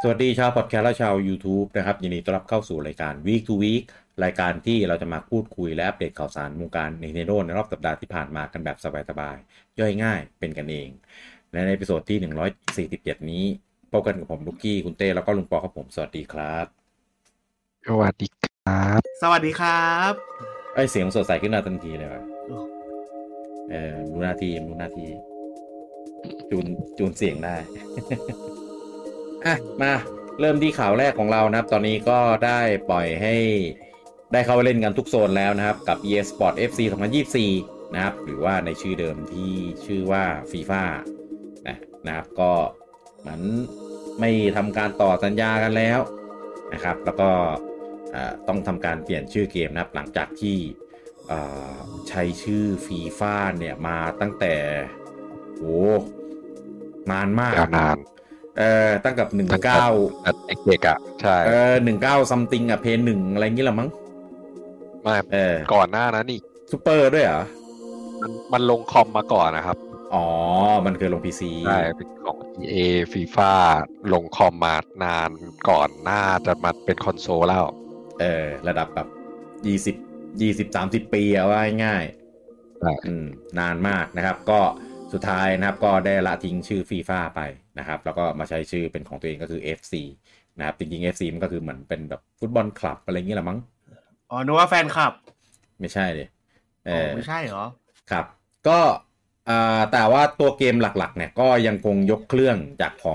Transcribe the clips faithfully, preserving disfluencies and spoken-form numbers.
สวัสดีชาวพอดแคสต์และชาว YouTube นะครับยินดีต้อนรับเข้าสู่รายการ Week to Week รายการที่เราจะมาพูดคุยและอัปเดตข่าวสารวงการ Nintendo ในรอบสัปดาห์ที่ผ่านมากันแบบสบายๆย่อยง่ายเป็นกันเองและในเอพิโซดที่หนึ่งร้อยสี่สิบเจ็ดนี้พบกันกับผมลูกกี้คุณเต้แล้วก็ลุงปอครับผมสวัสดีครับสวัสดีครับสวัสดีครับไอเสียงสดใสขึ้นมาทันทีเลยว่ะเออรู้หน้าที่รู้หน้าที่จูนจูนเสียงได้ อ่ะมาเริ่มที่ข่าวแรกของเรานะครับตอนนี้ก็ได้ปล่อยให้ได้เข้าไปเล่นกันทุกโซนแล้วนะครับกับ อี เอ Sport เอฟ ซี สองพันยี่สิบสี่นะครับหรือว่าในชื่อเดิมที่ชื่อว่า FIFA นะนะครับก็เหมือนไม่ทำการต่อสัญญากันแล้วนะครับแล้วก็ต้องทำการเปลี่ยนชื่อเกมนะครับหลังจากที่ใช้ชื่อ FIFA เนี่ยมาตั้งแต่โหนานมากนานเอ่อตั้งกับหนึ่งเก้าเด็กๆอ่ะใช่เออหนึ่งเก้าซัมติงอ่ะเพย์หนึ่งอะไรงี้ละมั้งไม่เออก่อนหน้านั้นอีกซูเปอร์ด้วยเหรอมันมันลงคอมมาก่อนนะครับอ๋อมันเคยลง พี ซีใช่เป็นของ อี เอ FIFA ลงคอมมานานก่อนหน้าจะมาเป็นคอนโซลแล้วเออระดับแบบยี่สิบ ยี่สิบ สามสิบปีอะว่าง่ายๆอืมนานมากนะครับก็สุดท้ายนะครับก็ได้ละทิ้งชื่อ FIFA ไปนะครับแล้วก็มาใช้ชื่อเป็นของตัวเองก็คือ เอฟ ซี นะครับจริงๆ เอฟ ซี มันก็คือเหมือนเป็นแบบฟุตบอลคลับอะไรอย่างงี้แหละมั้งอ๋อนึกว่าแฟนคลับไม่ใช่ดิเออไม่ใช่เหรอครับก็อ่าแต่ว่าตัวเกมหลักๆเนี่ยก็ยังคงยกเครื่องจากของ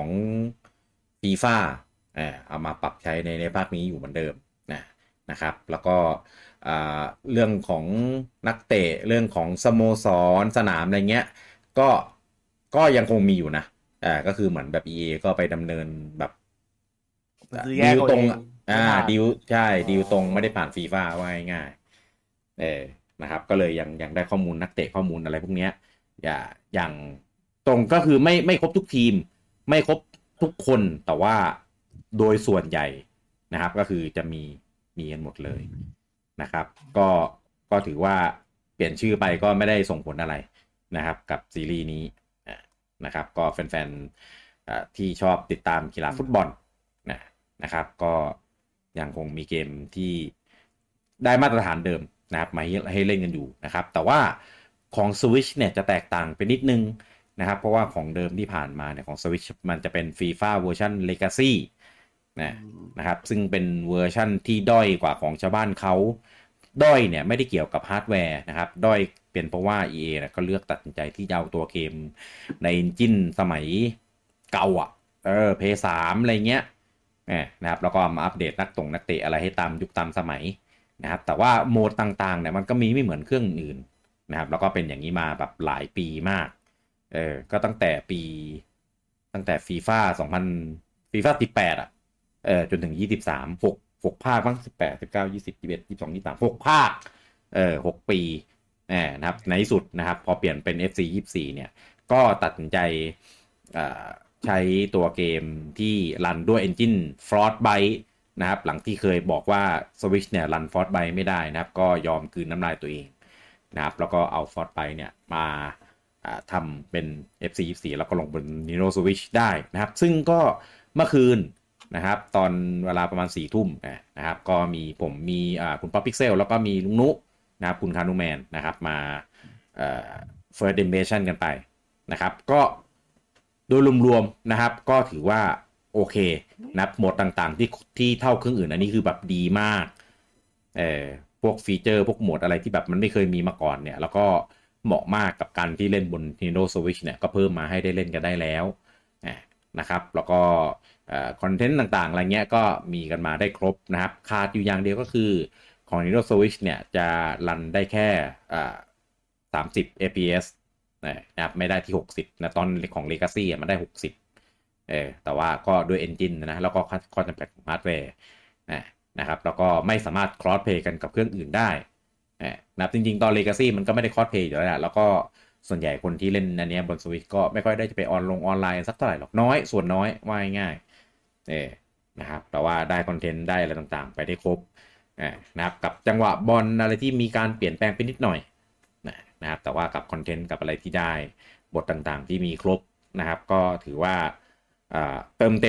FIFA เออเอามาปรับใช้ในในภาคนี้อยู่เหมือนเดิมนะนะครับแล้วก็เรื่องของนักเตะเรื่องของสโมสรสนามอะไรเงี้ยก็ก็ยังคงมีอยู่นะอ่าก็คือเหมือนแบบ อี เอ ก็ไปดำเนินแบบดีลตรงอ่าดีลใช่ดีลตรงไม่ได้ผ่านฟีฟ่าว่าง่ายเออนะครับก็เลยยังยังได้ข้อมูลนักเตะข้อมูลอะไรพวกเนี้ยอย่าอย่างตรงก็คือไม่ไม่ครบทุกทีมไม่ครบทุกคนแต่ว่าโดยส่วนใหญ่นะครับก็คือจะมีมีกันหมดเลยนะครับก็ก็ถือว่าเปลี่ยนชื่อไปก็ไม่ได้ส่งผลอะไรนะครับกับซีรีส์นี้นะครับก็แฟนๆที่ชอบติดตามกีฬาฟุตบอลนะนะครับก็ยังคงมีเกมที่ได้มาตรฐานเดิมนะครับมาให้เล่นกันอยู่นะครับแต่ว่าของ Switch เนี่ยจะแตกต่างไปนิดนึงนะครับเพราะว่าของเดิมที่ผ่านมาเนี่ยของ Switch มันจะเป็น FIFA เวอร์ชัน Legacy นะนะครับซึ่งเป็นเวอร์ชันที่ด้อยกว่าของชาวบ้านเขาด้อยเนี่ยไม่ได้เกี่ยวกับฮาร์ดแวร์นะครับด้อยเป็นเพราะว่า อี เอ นะก็เลือกตัดสินใจที่จะเอาตัวเกมในเอนจินสมัยเก่าอ่ะเออเพย์สามอะไรเงี้ยนะครับแล้วก็มาอัปเดตนักตรงนักเตะอะไรให้ตามยุคตามสมัยนะครับแต่ว่าโหมดต่างๆเนี่ยมันก็มีไม่เหมือนเครื่องอื่นนะครับแล้วก็เป็นอย่างนี้มาแบบหลายปีมากเออก็ตั้งแต่ปีตั้งแต่ฟีฟ่าสองพันฟีฟ่าสิบแปดอ่ะเออจนถึงยี่สิบสาม หก หกภาคบ้างสิบแปด สิบเก้า ยี่สิบ ยี่สิบเอ็ด ยี่สิบสอง ยี่สิบสาม หกภาคเออหกปีนะครับในที่สุดนะครับพอเปลี่ยนเป็น เอฟ ซี ยี่สิบสี่เนี่ยก็ตัดสินใจใช้ตัวเกมที่รันด้วย Engine Frostbite นะครับหลังที่เคยบอกว่า Switch เนี่ยรัน Frostbite ไม่ได้นะครับก็ยอมคืนน้ำลายตัวเองนะครับแล้วก็เอา Frostbite เนี่ยมาทำเป็น เอฟ ซี ยี่สิบสี่แล้วก็ลงบน Nintendo Switch ได้นะครับซึ่งก็เมื่อคืนนะครับตอนเวลาประมาณสี่ทุ่มนะครับก็มีผมมีคุณป๊อปพิกเซลแล้วก็มีลุงนุนะครับคุณคานุแมนนะครับมาเอ่อ First Impression กันไปนะครับก็โดยรวมๆนะครับก็ถือว่าโอเคนะโหมดต่างๆที่ที่เท่าเครื่องอื่นอันนี้คือแบบดีมากเอ่อพวกฟีเจอร์พวกโหมดอะไรที่แบบมันไม่เคยมีมาก่อนเนี่ยแล้วก็เหมาะมากกับการที่เล่นบน Nintendo Switch เนี่ยก็เพิ่มมาให้ได้เล่นกันได้แล้วนะครับแล้วก็คอนเทนต์ต่างๆอะไรเงี้ยก็มีกันมาได้ครบนะครับขาดอยู่อย่างเดียวก็คือของ Nintendo Switch เนี่ยจะรันได้แค่สามสิบ เอ พี เอส นะครับไม่ได้ที่หกสิบนะตอนของ Legacy มันได้หกสิบเออแต่ว่าก็ด้วย Engine นะแล้วก็ข้อจำกัดของฮาร์ดแวร์นะครับแล้วก็ไม่สามารถ cross play กันกับเครื่องอื่นได้นะครับจริงๆตอน Legacy มันก็ไม่ได้ cross play อยู่แล้วแหละแล้วก็ส่วนใหญ่คนที่เล่นอันนี้บน Switch ก็ไม่ค่อยได้จะไปออนลงออนไลน์สักเท่าไหร่หรอกน้อยส่วนน้อยว่าง่ายๆเออนะครับแต่ว่าได้คอนเทนต์ได้อะไรต่างๆไปได้ครบนะครับกับจังหวะบอลอะไรที่มีการเปลี่ยนแปลงไปนิดหน่อยนะครับแต่ว่ากับคอนเทนต์กับอะไรที่ได้ บทต่างๆที่มีครบนะครับก็ถือว่าเติมเต็ม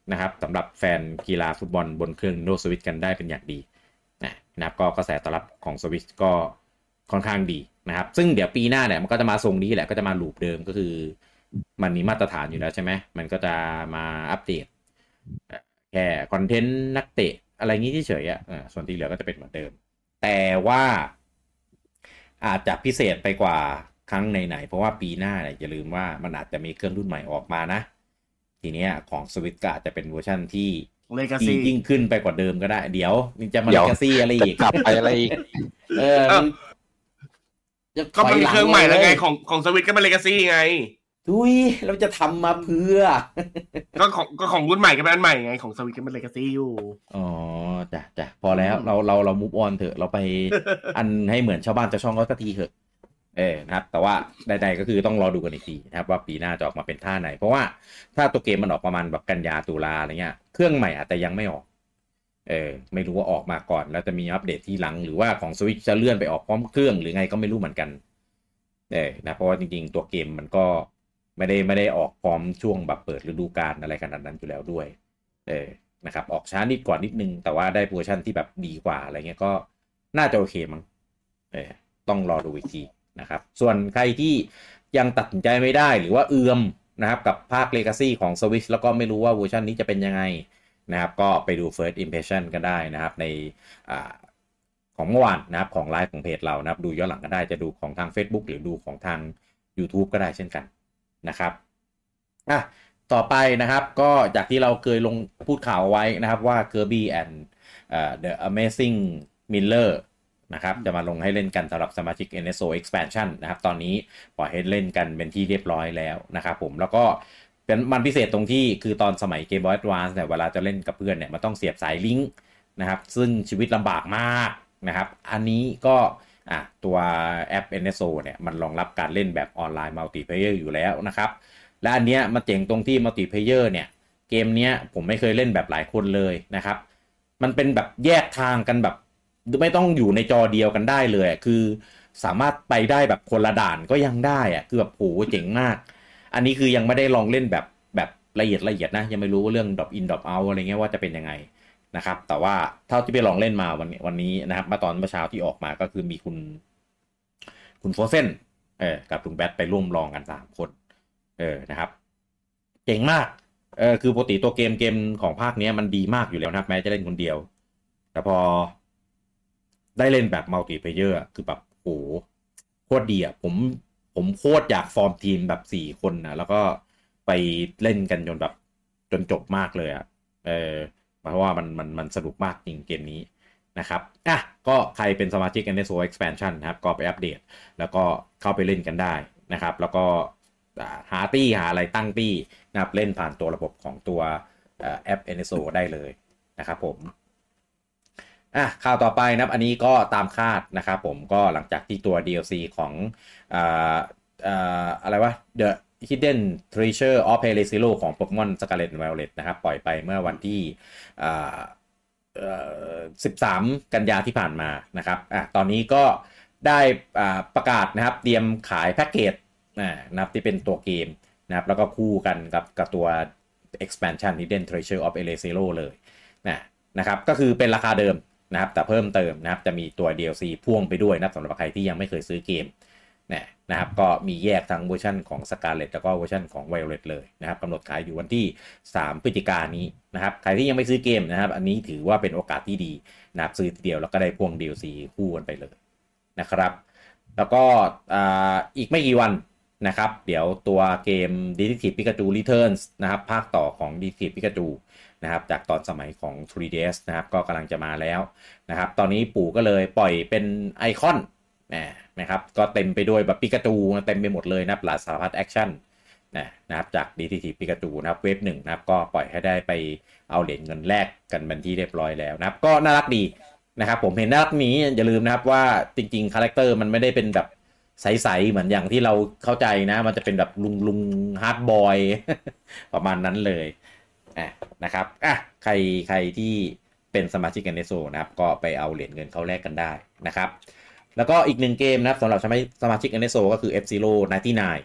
นะครับสำหรับแฟนกีฬาฟุตบอลบนเครื่อง Nintendo Switch กันได้เป็นอย่างดีนะครับก็กระแสตอบรับของ Switch ก็ค่อนข้างดีนะครับซึ่งเดี๋ยวปีหน้าเนี่ยมันก็จะมาทรงนี้แหละก็จะมาลูปเดิมก็คือมันมีมาตรฐานอยู่แล้วใช่ไหมมันก็จะมาอัปเดตแค่คอนเทนต์นักเตะอะไรงี้เฉยๆอ่ะส่วนที่เหลือก็จะเป็นเหมือนเดิมแต่ว่าอาจจะพิเศษไปกว่าครั้งไหนๆเพราะว่าปีหน้าเนี่ยอย่าลืมว่ามันอาจจะมีเครื่องรุ่นใหม่ออกมานะทีเนี้ยของ Switch ก็อาจจะเป็นเวอร์ชั่นที่ Legacy ยิ่งขึ้นไปกว่าเดิมก็ได้เดี๋ยวนี่จะมา Legacy อะไรอีกกลับไปอะไรอีกเออก็มันเครื่องใหม่แล้วไงของของ Switch ก็เป็น Legacy ไงทุยเราจะทำมาเพื่อก็ของก็ของรุ่นใหม่ก็เป็นอันใหม่ไงของ Switch ก็เป็น Legacy อยู่อ๋อจ้ะจ้ะพอแล้วเราเราเรา move on เถอะเราไปอันให้เหมือนชาวบ้านชาวช่องเขาสักทีเถอะเออนะครับแต่ว่าใดๆก็คือต้องรอดูกันอีกทีนะครับว่าปีหน้าจะออกมาเป็นท่าไหนเพราะว่าถ้าตัวเกมมันออกประมาณแบบกันยาตุลาอะไรเงี้ยเครื่องใหม่อาจจะยังไม่ออกเออไม่รู้ว่าออกมาก่อนแล้วจะมีอัปเดตที่หลังหรือว่าของ Switch จะเลื่อนไปออกพร้อมเครื่องหรือไงก็ไม่รู้เหมือนกันเออนะเพราะว่าจริงๆตัวเกมมันก็ไม่ได้ไม่ได้ออกพร้อมช่วงแบบเปิดฤดูกาลอะไรขนาดนั้นอยู่แล้วด้วยเออนะครับออกช้านิดกว่านิดนึงแต่ว่าได้เวอร์ชันที่แบบดีกว่าอะไรเงี้ยก็น่าจะโอเคมั้งเออต้องรอดูอีกทีนะครับส่วนใครที่ยังตัดสินใจไม่ได้หรือว่าเอือมนะครับกับภาค Legacy ของ Switch แล้วก็ไม่รู้ว่าเวอร์ชันนี้จะเป็นยังไงนะครับก็ไปดู First Impression กันได้นะครับในอ่าของเมื่อวานนะครับของไลฟ์ของเพจเรานะครับดูย้อนหลังก็ได้จะดูของทาง Facebook หรือดูของทาง YouTube ก็ได้เช่นกันนะครับอ่ะต่อไปนะครับก็จากที่เราเคยลงพูดข่าวไว้นะครับว่า Kirby and uh, the Amazing Millerนะครับจะมาลงให้เล่นกันสำหรับสมาชิก เอ็น เอส โอ Expansion นะครับตอนนี้ปล่อยให้เล่นกันเป็นที่เรียบร้อยแล้วนะครับผมแล้วก็เป็นมันพิเศษตรงที่คือตอนสมัย Game Boy Advance เนี่ยเวลาจะเล่นกับเพื่อนเนี่ยมันต้องเสียบสายลิงก์นะครับซึ่งชีวิตลำบากมากนะครับอันนี้ก็อ่ะตัวแอป เอ็น เอส โอ เนี่ยมันรองรับการเล่นแบบออนไลน์มัลติเพลเยอร์อยู่แล้วนะครับและอันเนี้ยมาเจ๋งตรงที่มัลติเพลเยอร์เนี่ยเกมเนี้ยผมไม่เคยเล่นแบบหลายคนเลยนะครับมันเป็นแบบแยกทางกันแบบไม่ต้องอยู่ในจอเดียวกันได้เลยคือสามารถไปได้แบบคนละด่านก็ยังได้อะคือแบบโหเจ๋งมากอันนี้คือยังไม่ได้ลองเล่นแบบแบบละเอียดละเอียดนะยังไม่รู้ว่าเรื่อง drop in drop out อะไรเงี้ยว่าจะเป็นยังไงนะครับแต่ว่าเท่าที่ไปลองเล่นมาวันนี้วันนี้นะครับมาตอนเมื่อเช้าที่ออกมาก็คือมีคุณคุณโฟเซนเออกับลุงแบทไปร่วมลองกันสามคนเออนะครับเจ๋งมากเออคือปกติตัวเกมเกมของภาคนี้มันดีมากอยู่แล้วนะครับแม้จะเล่นคนเดียวแต่พอได้เล่นแบบมัลติเพลเยอร์คือแบบโหโคตรดีอ่ะผมผมโคตรอยากฟอร์มทีมแบบสี่คนนะแล้วก็ไปเล่นกันจนแบบจนจบมากเลยอ่ะเออเพราะว่ามันมันมันสนุกมากจริงเกมนี้นะครับอ่ะก็ใครเป็นสมาชิก เอ็น เอส โอ Expansion นะครับก็ไปอัปเดตแล้วก็เข้าไปเล่นกันได้นะครับแล้วก็หาตี้หาอะไรตั้งตี้นะครับเล่นผ่านตัวระบบของตัวแอป เอ็น เอส โอ ได้เลยนะครับผมอ่ะข่าวต่อไปนะครับอันนี้ก็ตามคาดนะครับผมก็หลังจากที่ตัว ดี แอล ซี ของอ่าอ่าอะไรวะ The Hidden Treasure of Pele Zero ของ Pokemon Scarlet and Violet นะครับปล่อยไปเมื่อวันที่อ่าเอ่อสิบสามกันยาที่ผ่านมานะครับอ่ะตอนนี้ก็ได้อ่าประกาศนะครับเตรียมขายแพ็กเกจนะครับที่เป็นตัวเกมนะครับแล้วก็คู่กันกับกับตัว expansion Hidden Treasure of Pele Zero เลยนะนะครับก็คือเป็นราคาเดิมนะครับแต่เพิ่มเติมนะครับจะมีตัว ดี แอล ซี พ่วงไปด้วยนะสำหรับใครที่ยังไม่เคยซื้อเกมนะนะครับก็มีแยกทั้งเวอร์ชันของ Scarlet แล้วก็เวอร์ชันของ Violet เลยนะครับกำหนดขายอยู่วันที่สามพฤศจิกายนนี้นะครับใครที่ยังไม่ซื้อเกมนะครับอันนี้ถือว่าเป็นโอกาสที่ดีนะครับซื้อทีเดียวแล้วก็ได้พ่วง ดี แอล ซี คู่กันไปเลยนะครับแล้วก็อีกไม่กี่วันนะครับเดี๋ยวตัวเกม Detective Pikachu Returns นะครับภาคต่อของ Detective Pikachuนะครับจากตอนสมัยของ ทรี ดี เอส นะครับก็กำลังจะมาแล้วนะครับตอนนี้ปู่ก็เลยปล่อยเป็นไอคอนนะครับก็เต็มไปด้วยแบบปิกาจูเต็มไปหมดเลยนะหลายสารพัดแอคชั่นนะครับจาก Detective Pikachu นะครับเวฟหนึ่งนะครับก็ปล่อยให้ได้ไปเอาเหรียญเงินแลกกันเป็นที่เรียบร้อยแล้วนะครับก็น่ารักดีนะครับผมเห็นน่ารักนี้อย่าลืมนะครับว่าจริงๆคาแรคเตอร์มันไม่ได้เป็นแบบใสๆเหมือนอย่างที่เราเข้าใจนะมันจะเป็นแบบลุงลุงฮาร์ดบอยประมาณนั้นเลยอ่ะนะครับอ่ะใครใครที่เป็นสมาชิก เอ็น เอส โอ นะครับก็ไปเอาเหรียญเงินเข้าแลกกันได้นะครับแล้วก็อีกหนึ่งเกมนะครับสำหรับสมาชิก เอ็น เอส โอ ก็คือ F-Zero ไนน์ตี้ไนน์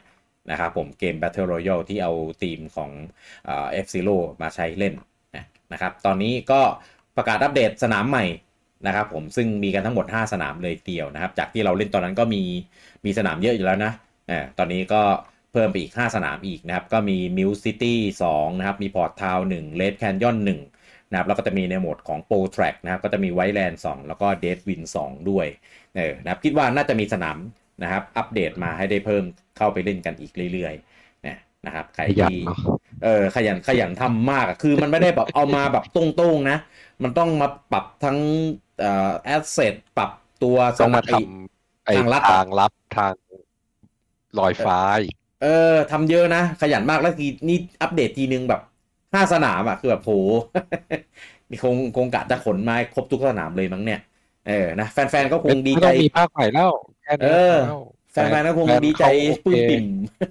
นะครับผมเกม Battle Royale ที่เอาธีมของเอ่อ F-Zero มาใช้เล่นนะครับตอนนี้ก็ประกาศอัปเดตสนามใหม่นะครับผมซึ่งมีกันทั้งหมดห้าสนามเลยเดียวนะครับจากที่เราเล่นตอนนั้นก็มีมีสนามเยอะอยู่แล้วนะอ่าตอนนี้ก็เพิ่มไปอีกห้าสนามอีกนะครับก็มี Mule City สองนะครับมี Port Town หนึ่ง Red Canyon หนึ่งนะครับแล้วก็จะมีในโหมดของ Pro Track นะครับก็จะมี Wildland สองแล้วก็ Deadwind สองด้วยเออนะครับคิดว่าน่าจะมีสนามนะครับอัปเดตมาให้ได้เพิ่มเข้าไปเล่นกันอีกเรื่อยๆนะครับใครที่เออขยันขยันทำมากคือมันไม่ได้แบบเอามาแบบตรงๆนะมันต้องมาปรับทั้งเอ่อแอสเซทปรับตัวต้องมาทำไอ้ทางลัดทางลับทางลอยฟ้าเออทำเยอะนะขยันมากแล้วทีนี่อัปเดตทีนึงแบบห้าสนามอ่ะคือแบบโห นี่คงคงกะจะขนมาครบทุกสนามเลยมั้งเนี่ยเออนะแฟนๆก็คงดีใจมีภาคใหม่แล้วเออแฟนๆก็คงดีใจปลื้มปิ่ม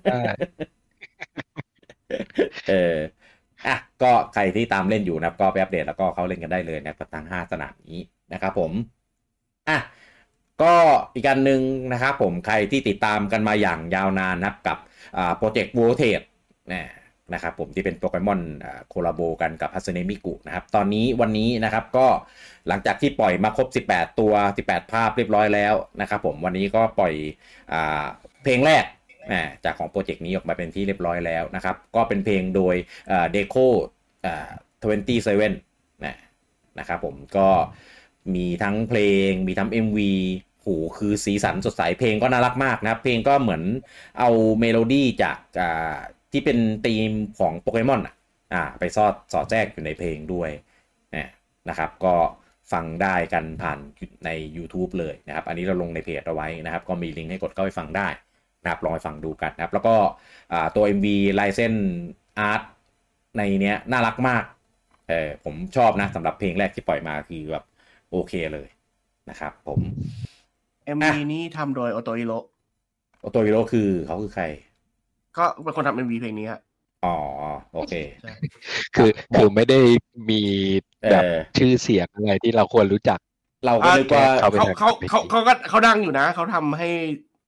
เอออ่ะก็ใครที่ตามเล่นอยู่นะก็ไปอัปเดตแล้วก็เข้าเล่นกันได้เลยนะทั้งห้าสนามนี้นะครับผมอ่ะก็อีกอันหนึ่งนะครับผมใครที่ติดตามกันมาอย่างยาวนานนะครับกับอ่าโปรเจกต์ World Trade นะนะครับผมที่เป็นโปเกมอนอ่าโคลาโบกันกับฮัตสึเนะมิกุนะครับตอนนี้วันนี้นะครับก็หลังจากที่ปล่อยมาครบสิบแปดตัวสิบแปดภาพเรียบร้อยแล้วนะครับผมวันนี้ก็ปล่อยอ่าเพลงแรกจากของโปรเจกต์นี้ออกมาเป็นที่เรียบร้อยแล้วนะครับก็เป็นเพลงโดยเดโคอ่ายี่สิบเจ็ดนะนะครับผมก็มีทั้งเพลงมีทั้ง เอ็ม วี โหคือสีสันสดใสเพลงก็น่ารักมากนะครับเพลงก็เหมือนเอาเมโลดี้จากอ่าที่เป็นธีมของโปเกมอนอ่าไปสอดสอดแทรกอยู่ในเพลงด้วยนะครับก็ฟังได้กันผ่านใน YouTube เลยนะครับอันนี้เราลงในเพจเอาไว้นะครับก็มีลิงก์ให้กดเข้าไปฟังได้นะครับลองไปฟังดูกันนะครับแล้วก็ตัว เอ็ม วี ลายเส้นอาร์ตในเนี้ยน่ารักมากเออผมชอบนะสำหรับเพลงแรกที่ปล่อยมาคือแบบโอเคเลยนะครับผมเอ็ม วี นี้ทำโดยโอโตฮิโร่โอโตฮิโร่คือเขาคือใครก็เป็นคนทำ เอ็ม วี เพลงนี้ครับอ๋อโอเคคือคือไม่ได้มีแบบชื่อเสียงอะไรที่เราควรรู้จักเราก็นึกว่าเขาเขาเขาเขาก็เขาดังอยู่นะเขาทำให้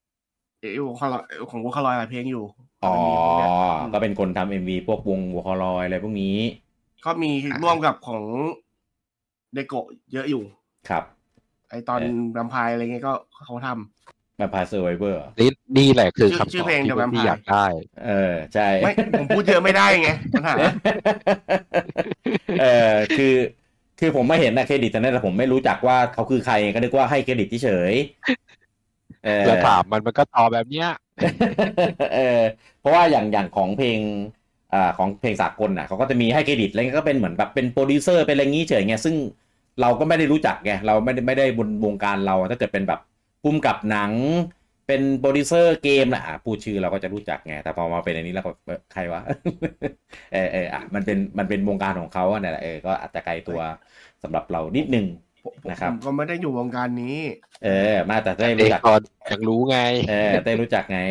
ของวงคาลอยหลายเพลงอยู่อ๋อก็เป็นคนทำ เอ็ม วี พวกวงวงคาลอยอะไรพวกนี้ก็มีร่วมกับของเดโกะเยอะอยู่ครับไอตอนแวมไพร์อะไรเงี้ยก็เขาทำแวมไพร์เซอร์ไวเวอร์นี่นี่แหละคือคำตอบที่พี่อยากได้เออใช่ไม่ผมพูดเยอะไม่ได้ไงปัญหาเออคือคือผมไม่เห็นนะเครดิตแต่นั่นแต่ผมไม่รู้จักว่าเขาคือใครก็นึกว่าให้เครดิตเฉยแล้วถามมันมันก็ตอบแบบเนี้ยเออเพราะว่าอย่างอย่างของเพลงอ่าของเพลงสากลน่ะเขาก็จะมีให้เครดิตอะไรเงี้ยก็เป็นเหมือนแบบเป็นโปรดิวเซอร์เป็นอะไรงี้เฉยไงซึ่งเราก็ไม่ได้รู้จักไงเราไม่ได้ไม่ได้บนวงการเราถ้าเกิดเป็นแบบพุ่มกับหนังเป็นโปรดิวเซอร์เกมนะอ่ะพูดชื่อเราก็จะรู้จักไงแต่พอมาเป็นอันนี้แล้วก็ใครวะเออเอออ่ะมันเป็นมันเป็นวงการของเขาเนี่ยแหละเออก็อาจจะไกลตัวสำหรับเรานิดนึงนะครับก็ไม่ได้อยู่วงการนี้เออมาแต่ได้รู้จักอยากรู้ไงเออได้รู้จักไง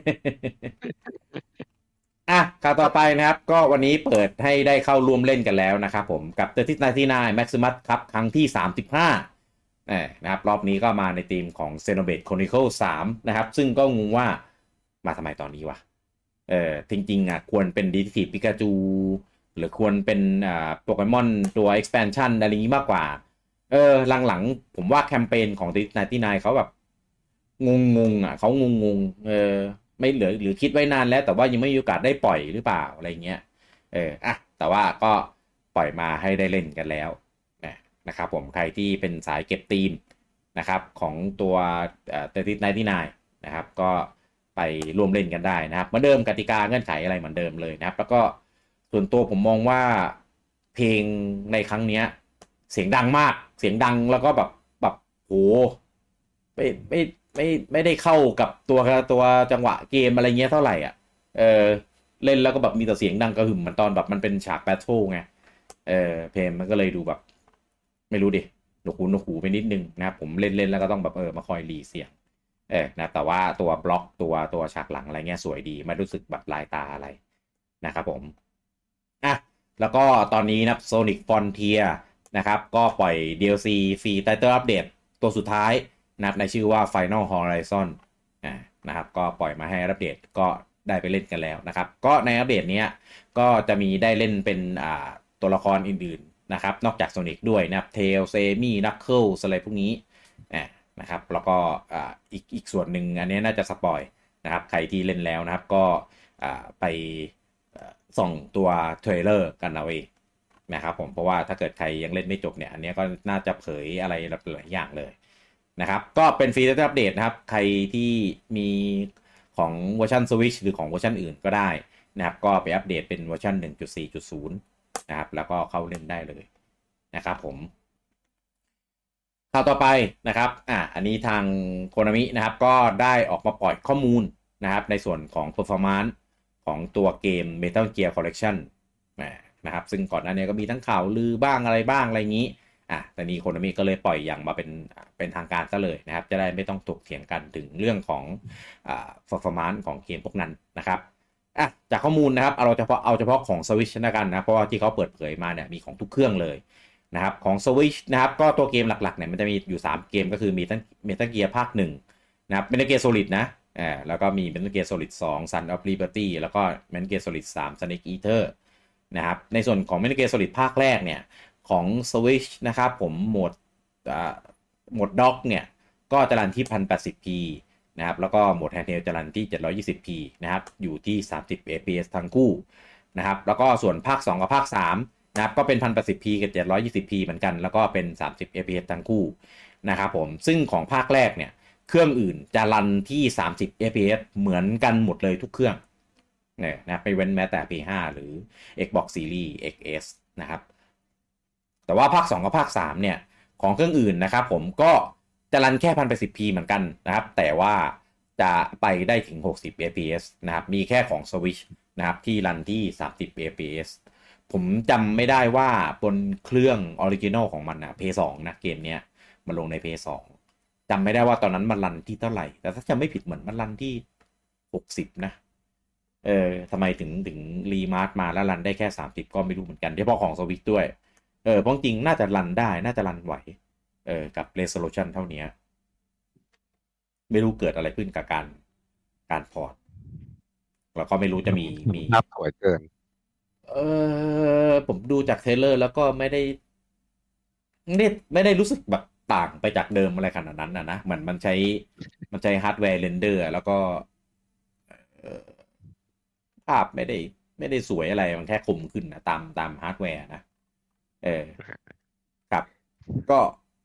อ่ะข่าวต่อไปนะครับก็วันนี้เปิดให้ได้เข้าร่วมเล่นกันแล้วนะครับผมกับ สามสิบเก้า Maximus ครับครั้งที่สามสิบห้านะครับรอบนี้ก็มาในทีมของ Xenoblade Chronicles สามนะครับซึ่งก็งงว่ามาทำไมตอนนี้วะเออจริงๆอ่ะควรเป็น Detective Pikachu หรือควรเป็นอ่าโปเกมอนตัว expansion อะไรอย่างนี้มากกว่าเออหลังๆผมว่าแคมเปญของ สามสิบเก้า เขาแบบงงๆอ่ะเขางงๆเออไม่เหลือหรือคิดไว้นานแล้วแต่ว่ายังไม่มีโอกาสได้ปล่อยหรือเปล่าอะไรเงี้ยเอออ่ะแต่ว่าก็ปล่อยมาให้ได้เล่นกันแล้วนะครับผมใครที่เป็นสายเก็บธีมนะครับของตัวเอ่อสามสิบเก้านะครับก็ไปร่วมเล่นกันได้นะครับเหมือนเดิมกติกาเงื่อนไขอะไรเหมือนเดิมเลยนะครับแล้วก็ส่วนตัวผมมองว่าเพลงในครั้งนี้เสียงดังมากเสียงดังแล้วก็แบบแบบโหไม่ไม่ไม่ไม่ได้เข้ากับตัวตัวจังหวะเกมอะไรเงี้ยเท่าไหร่อ่ะเออเล่นแล้วก็แบบมีแต่เสียงดังกระหึ่มเหมือนตอนแบบมันเป็นฉากแบทเทิลไงเออเพลงมันก็เลยดูแบบไม่รู้ดิหนวกหูหนวกหูไปนิดนึงนะครับผมเล่นเล่นแล้วก็ต้องแบบเออมาคอยรีเสียงเออนะแต่ว่าตัวบล็อกตัวตัวฉากหลังอะไรเงี้ยสวยดีไม่รู้สึกแบบลายตาอะไรนะครับผมอ่ะแล้วก็ตอนนี้นะ Sonic Frontier นะครับก็ปล่อย ดี แอล ซี ฟรี Title Update ตัวสุดท้ายนะครับในชื่อว่า Final Horizon อ่านะครับก็ปล่อยมาให้อัปเดตก็ได้ไปเล่นกันแล้วนะครับก็ในอัปเดตเนี้ยก็จะมีได้เล่นเป็นอ่าตัวละครอื่นๆนะครับนอกจากโซนิกด้วยนะครับเทลเซมี่นักเคิลอะไรพวกนี้นะครับแล้วก็อ่าอีกอีกส่วนหนึ่งอันนี้น่าจะสปอยนะครับใครที่เล่นแล้วนะครับก็อ่าไปส่องตัวเทรลเลอร์กันเอาเองนะครับผมเพราะว่าถ้าเกิดใครยังเล่นไม่จบเนี่ยอันนี้ก็น่าจะเผยอะไรหลายอย่างเลยนะครับก็เป็นฟรีอัปเดตนะครับใครที่มีของเวอร์ชัน Switch หรือของเวอร์ชันอื่นก็ได้นะครับก็ไปอัปเดตเป็นเวอร์ชัน หนึ่งจุดสี่จุดศูนย์ นะครับแล้วก็เข้าเล่นได้เลยนะครับผมข่าวต่อไปนะครับอ่ะอันนี้ทางโคนามินะครับก็ได้ออกมาปล่อยข้อมูลนะครับในส่วนของ performance ของตัวเกม Metal Gear Collection นะครับซึ่งก่อนหน้านี้ก็มีทั้งข่าวลือบ้างอะไรบ้างอะไรอย่างนี้อ่ะแต่นี้โคนามิก็เลยปล่อยอย่างมาเป็นเป็นทางการซะเลยนะครับจะได้ไม่ต้องถกเถียงกันถึงเรื่องของอ่า performance ของเกมพวกนั้นนะครับอ่ะจากข้อมูลนะครับเอาเฉพาะเอาเฉพาะของ Switch นะกันนะเพราะว่าที่เขาเปิดเผยมาเนี่ยมีของทุกเครื่องเลยนะครับของ Switch นะครับก็ตัวเกมหลักๆเนี่ยมันจะมีอยู่สามเกมก็คือมีทั้ง Metal Gear ภาคหนึ่งนะครับ Metal Gear Solid นะอ่าแล้วก็มี Metal Gear Solid สอง Son of Liberty แล้วก็ Metal Gear Solid สาม Snake Eater นะครับในส่วนของ Metal Gear Solid ภาคแรกเนี่ยของ Switch นะครับผมโหมดอ่าโหมดด็อกเนี่ยก็จะรันที่ หนึ่งพันแปดสิบพี นะครับแล้วก็โหมดแฮนด์เฮลจะรันที่ เจ็ดร้อยยี่สิบพี นะครับอยู่ที่ สามสิบ เอ พี เอส ทั้งคู่นะครับแล้วก็ส่วนภาคสองกับภาคสามนะครับก็เป็น หนึ่งพันแปดสิบพี กับ เจ็ดร้อยยี่สิบพี เหมือนกันแล้วก็เป็น สามสิบ เอ พี เอส ทั้งคู่นะครับผมซึ่งของภาคแรกเนี่ยเครื่องอื่นจะรันที่ สามสิบ เอ พี เอส เหมือนกันหมดเลยทุกเครื่องเนี่ยนะไปเว้นแม้แต่ พี ไฟว์ หรือ Xbox Series เอ็กซ์ เอส นะครับแต่ว่าภาคสองกับภาคสามเนี่ยของเครื่องอื่นนะครับผมก็จะรันแค่ หนึ่งพันแปดสิบพี เหมือนกันนะครับแต่ว่าจะไปได้ถึงหกสิบ เอ พี เอส นะครับมีแค่ของ Switch นะครับที่รันที่ สามสิบ เอ พี เอส ผมจำไม่ได้ว่าบนเครื่องออริจินอลของมันนะ พี สอง นะเกมเนี้ยมันลงใน พี สอง จำไม่ได้ว่าตอนนั้นมันรันที่เท่าไหร่แต่ถ้าจำไม่ผิดเหมือนมันรันที่หกสิบนะเออทำไมถึงถึงรีมาร์มาแล้วรันได้แค่สามสิบก็ไม่รู้เหมือนกันเฉพาะของ Switch ด้วยเออเพราะจริงน่าจะรันได้น่าจะรันไหวเออกับ resolution เท่านี้ไม่รู้เกิดอะไรขึ้นกับการการพอร์ตแล้วก็ไม่รู้จะมีมีภาพสวยเกินเออผมดูจากเทรลเลอร์แล้วก็ไม่ได้ไม่ได้ไม่ได้รู้สึกแบบต่างไปจากเดิมอะไรขนาดนั้นนะนะเหมือนมันใช้มันใช้ฮาร์ดแวร์เรนเดอร์แล้วก็ภาพไม่ได้ไม่ได้สวยอะไรมันแค่คมขึ้นนะตามตามฮาร์ดแวร์นะเออครับก็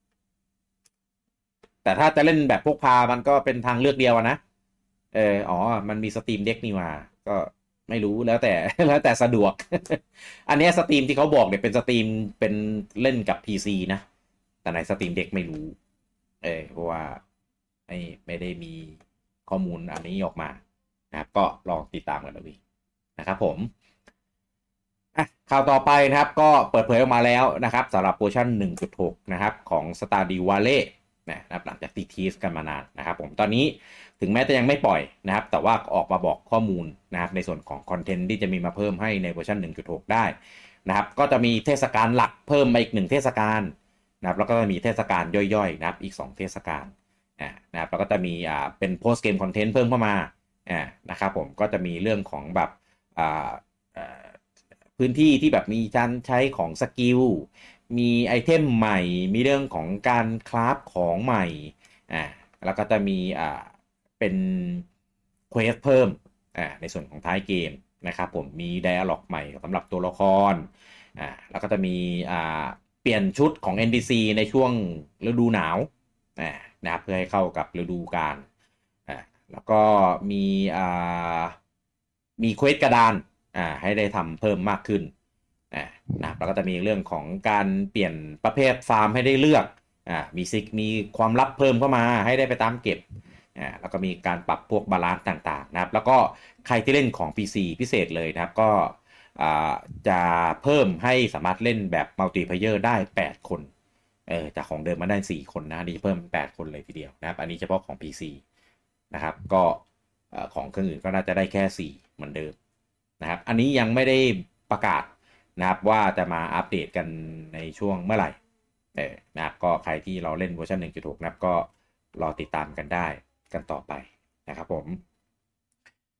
แต่ถ้าจะเล่นแบบพกพามันก็เป็นทางเลือกเดียวนะเอออ๋อมันมีสตรีมเด็กนี่มาก็ไม่รู้แล้วแต่แล้วแต่สะดวก อันนี้สตรีมที่เขาบอกเนี่ยเป็นสตรีมเป็นเล่นกับ พี ซี นะแต่ในสตรีมเด็กไม่รู้เออเพราะว่าไม่ไม่ได้มีข้อมูลอันนี้ออกมานะครับก็ลองติดตามกันดูนะครับผมอ่ะข่าวต่อไปนะครับก็เปิดเผยออกมาแล้วนะครับสำหรับเวอร์ชัน หนึ่งจุดหก นะครับของ Stardew Valley นะครับหลังจากที่ทีสกันมานานนะครับผมตอนนี้ถึงแม้จะยังไม่ปล่อยนะครับแต่ว่าออกมาบอกข้อมูลนะครับในส่วนของคอนเทนต์ที่จะมีมาเพิ่มให้ในเวอร์ชัน หนึ่งจุดหก ได้นะครับก็จะมีเทศกาลหลักเพิ่มมาอีกหนึ่งเทศกาลนะครับแล้วก็จะมีเทศกาลย่อยๆนะครับอีกสองเทศกาลนะครับแล้วก็จะมีอ่าเป็น post game content เพิ่มเข้ามาอ่านะครับผมก็จะมีเรื่องของแบบอ่าพื้นที่ที่แบบมีการใช้ของสกิลมีไอเทมใหม่มีเรื่องของการคราฟของใหม่อ่าแล้วก็จะมีอ่าเป็นเควสเพิ่มอ่าในส่วนของท้ายเกมนะครับผมมีไดอะล็อกใหม่สำหรับตัวละครอ่าแล้วก็จะมีอ่าเปลี่ยนชุดของ เอ็น พี ซี ในช่วงฤดูหนาวอ่านะครับเพื่อให้เข้ากับฤดูกาลอ่าแล้วก็มีอ่ามีเควสกระดานอ่าให้ได้ทำเพิ่มมากขึ้นอ่านะครับแล้วก็จะมีเรื่องของการเปลี่ยนประเภทฟาร์มให้ได้เลือกอ่ามีซิกมีความลับเพิ่มเข้ามาให้ได้ไปตามเก็บอ่าแล้วก็มีการปรับพวกบาลานซ์ต่างๆนะครับแล้วก็ใครที่เล่นของ พี ซี พิเศษเลยนะครับก็อ่าจะเพิ่มให้สามารถเล่นแบบมัลติเพลเยอร์ได้แปดคนเออจากของเดิมมาได้สี่คนนะนี่เพิ่มแปดคนเลยทีเดียวนะครับอันนี้เฉพาะของ พี ซี นะครับก็ของเครื่องอื่นก็น่าจะได้แค่สี่เหมือนเดิมนะครับอันนี้ยังไม่ได้ประกาศนะครับว่าจะมาอัปเดตกันในช่วงเมื่อไหร่เออนะครับก็ใครที่เราเล่นเวอร์ชัน หนึ่งจุดหก นะครับก็รอติดตามกันได้กันต่อไปนะครับผม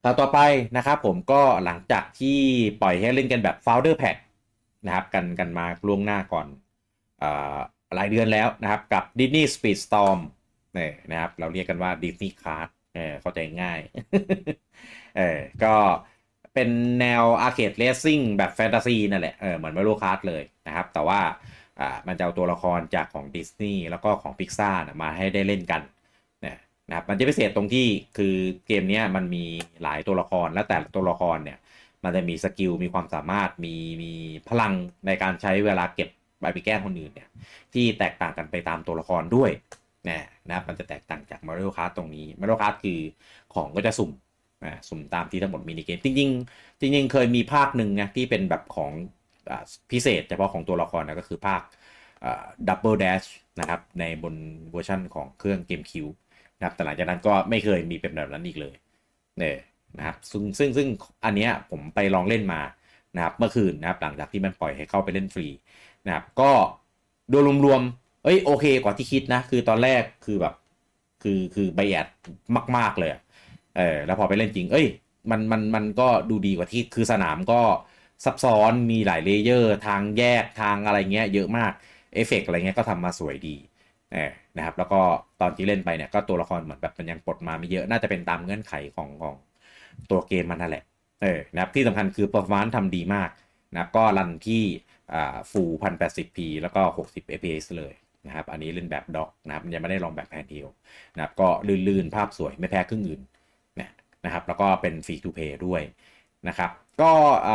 ข่าวต่อไปนะครับผมก็หลังจากที่ปล่อยให้เล่นกันแบบ Founder Pack นะครับกันกันมาล่วงหน้าก่อนอ่าหลายเดือนแล้วนะครับกับ Disney Speedstorm เนี่ยนะครับเราเรียกกันว่า Disney Kart เออเข้าใจง่าย เออก็เป็นแนว Arcade Racing แบบแฟนตาซีนั่นแหละเออเหมือน Mario Kart เลยนะครับแต่ว่าอ่ามันจะเอาตัวละครจากของ Disney แล้วก็ของ Pixar นะมาให้ได้เล่นกันเนี่ยนะครับมันจะพิเศษตรงที่คือเกมนี้มันมีหลายตัวละครและแต่ละตัวละครเนี่ยมันจะมีสกิลมีความสามารถมีมีพลังในการใช้เวลาเก็บใบไปแกล้งคนอื่นเนี่ยที่แตกต่างกันไปตามตัวละครด้วยนะนะครับมันจะแตกต่างจาก Mario Kart ตรงนี้ Mario Kart คือของก็จะสุ่มอ่าสุ่มตามที่ทั้งหมดมินิเกมจริงๆจริงๆเคยมีภาคหนึ่งนะที่เป็นแบบของอ่าพิเศษเฉพาะของตัวละครนะก็คือภาคดับเบิลแดชนะครับในบนเวอร์ชันของเครื่องเกมคิวนะครับแต่หลังจากนั้นก็ไม่เคยมีเป็นแบบนั้นอีกเลยเนี่ยนะครับซึ่งซึ่งซึ่งอันเนี้ยผมไปลองเล่นมานะครับเมื่อคืนนะครับหลังจากที่มันปล่อยให้เข้าไปเล่นฟรีนะครับก็โดยรวมๆเอ้ยโอเคกว่าที่คิดนะคือตอนแรกคือแบบคือคือไบแอดมากๆเลยเออแล้วพอไปเล่นจริงเอ้ยมันมันมันก็ดูดีกว่าที่คือสนามก็ซับซ้อนมีหลายเลเยอร์ทางแยกทางอะไรเงี้ยเยอะมากเอฟเฟกต์อะไรเงี้ยก็ทำมาสวยดีเออนะครับแล้วก็ตอนที่เล่นไปเนี่ยก็ตัวละครเหมือนแบบมันยังปลดมาไม่เยอะน่าจะเป็นตามเงื่อนไขของของตัวเกมมันนั่นแหละเออนะครับที่สำคัญคือ performance ทำดีมากนะครับก็รันที่อ่า full หนึ่งพันแปดสิบ พี แล้วก็หกสิบ เอฟ พี เอส เลยนะครับอันนี้เล่นแบบด็อกนะครับยังไม่ได้ลองแบบแพนเทลนะครับก็ลื่นๆภาพสวยไม่แพ้เครื่องอื่นนะนะครับแล้วก็เป็นฟรีทูเพย์ด้วยนะครับก็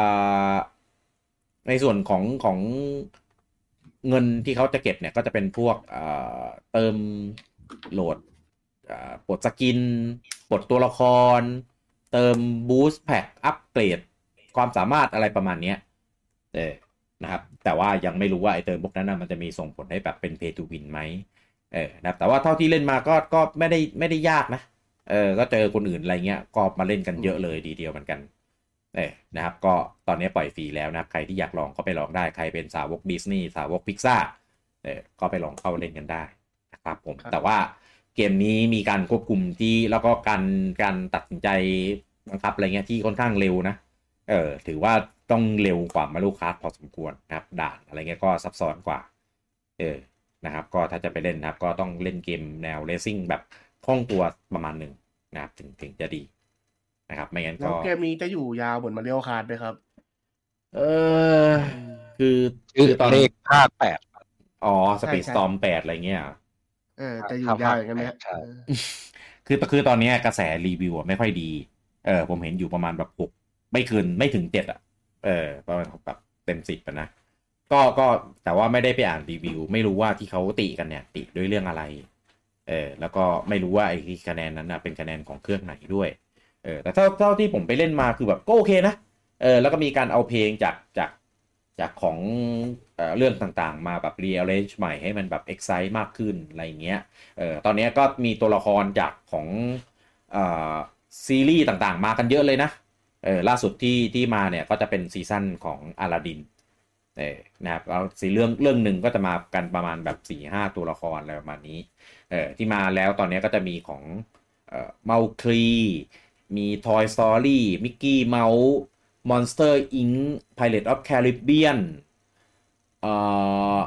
ในส่วนของของเงินที่เขาจะเก็บเนี่ยก็จะเป็นพวกเติมโหลดปลดสกินปลดตัวละครเติมบูสต์แพ็คอัปเกรดความสามารถอะไรประมาณนี้เออนะครับแต่ว่ายังไม่รู้ว่าไอเติมพวกนั้นนะมันจะมีส่งผลให้แบบเป็น pay to win ไหมเออนะครับแต่ว่าเท่าที่เล่นมาก็ก็ไม่ได้ไม่ได้ยากนะเออก็เจอคนอื่นอะไรเงี้ยก็มาเล่นกันเยอะเลยดีเดียวเหมือนกันเออนะครับก็ตอนนี้ปล่อยฟรีแล้วนะใครที่อยากลองก็ไปลองได้ใครเป็นสาวกดิสนีย์สาวกพิกซ่าเออก็ไปลองเข้าเล่นกันได้นะครับผมแต่ว่าเกมนี้มีการควบคุมที่แล้วก็การการตัดสินใจบังคับอะไรเงี้ยที่ค่อนข้างเร็วนะเออถือว่าต้องเร็วกว่ามารูคาร์ดพอสมควรนะครับด่านอะไรเงี้ยก็ซับซ้อนกว่าเออนะครับก็ถ้าจะไปเล่นนะครับก็ต้องเล่นเกมแนวเรซิ่งแบบคล่องตัวประมาณหนึ่งนะครับถึงถึงจะดีนะครับไม่งั้นก็แล้วเกมนี้จะอยู่ยาวเหมือนมาริโอคาร์ทไหมครับเออคือคือตอนเลขภาคแปดอ๋อสปีดสตอร์มแปดอะไรเงี้ยเออจะอยู่ยาวอย่างนั้นไหมใช่คือคือตอนนี้กระแสรีวิวไม่ค่อยดีเออผมเห็นอยู่ประมาณแบบหกไม่เกินไม่ถึงเจ็ดอ่ะเออประมาณแบบเต็มสิบนะก็ก็แต่ว่าไม่ได้ไปอ่านรีวิวไม่รู้ว่าที่เขาติกันเนี่ยติด้วยเรื่องอะไรเออแล้วก็ไม่รู้ว่าไอ้คะแนนนั้นนะเป็นคะแนนของเครื่องไหนด้วยเออแต่เท่าเท่าที่ผมไปเล่นมาคือแบบก็โอเคนะเออแล้วก็มีการเอาเพลงจากจากจากของเอ่อเรื่องต่างๆมาแบบ rearrange ใหม่ให้มันแบบ excite มากขึ้นอะไรเงี้ยเออตอนนี้ก็มีตัวละครจากของเอ่อซีรีส์ต่างๆมากันเยอะเลยนะเออล่าสุดที่ที่มาเนี่ยก็จะเป็นซีซั่นของอลาดินเออนะครับแล้วสีเรื่องเรื่องหนึ่งก็จะมากันประมาณแบบสี่ห้าตัวละครอะไรประมาณนี้เออที่มาแล้วตอนนี้ก็จะมีของเอ่อเมาคลีมี Toy Story มิกกี้เมาส์ Monster อิงค์ Pirate of Caribbean เอ่อ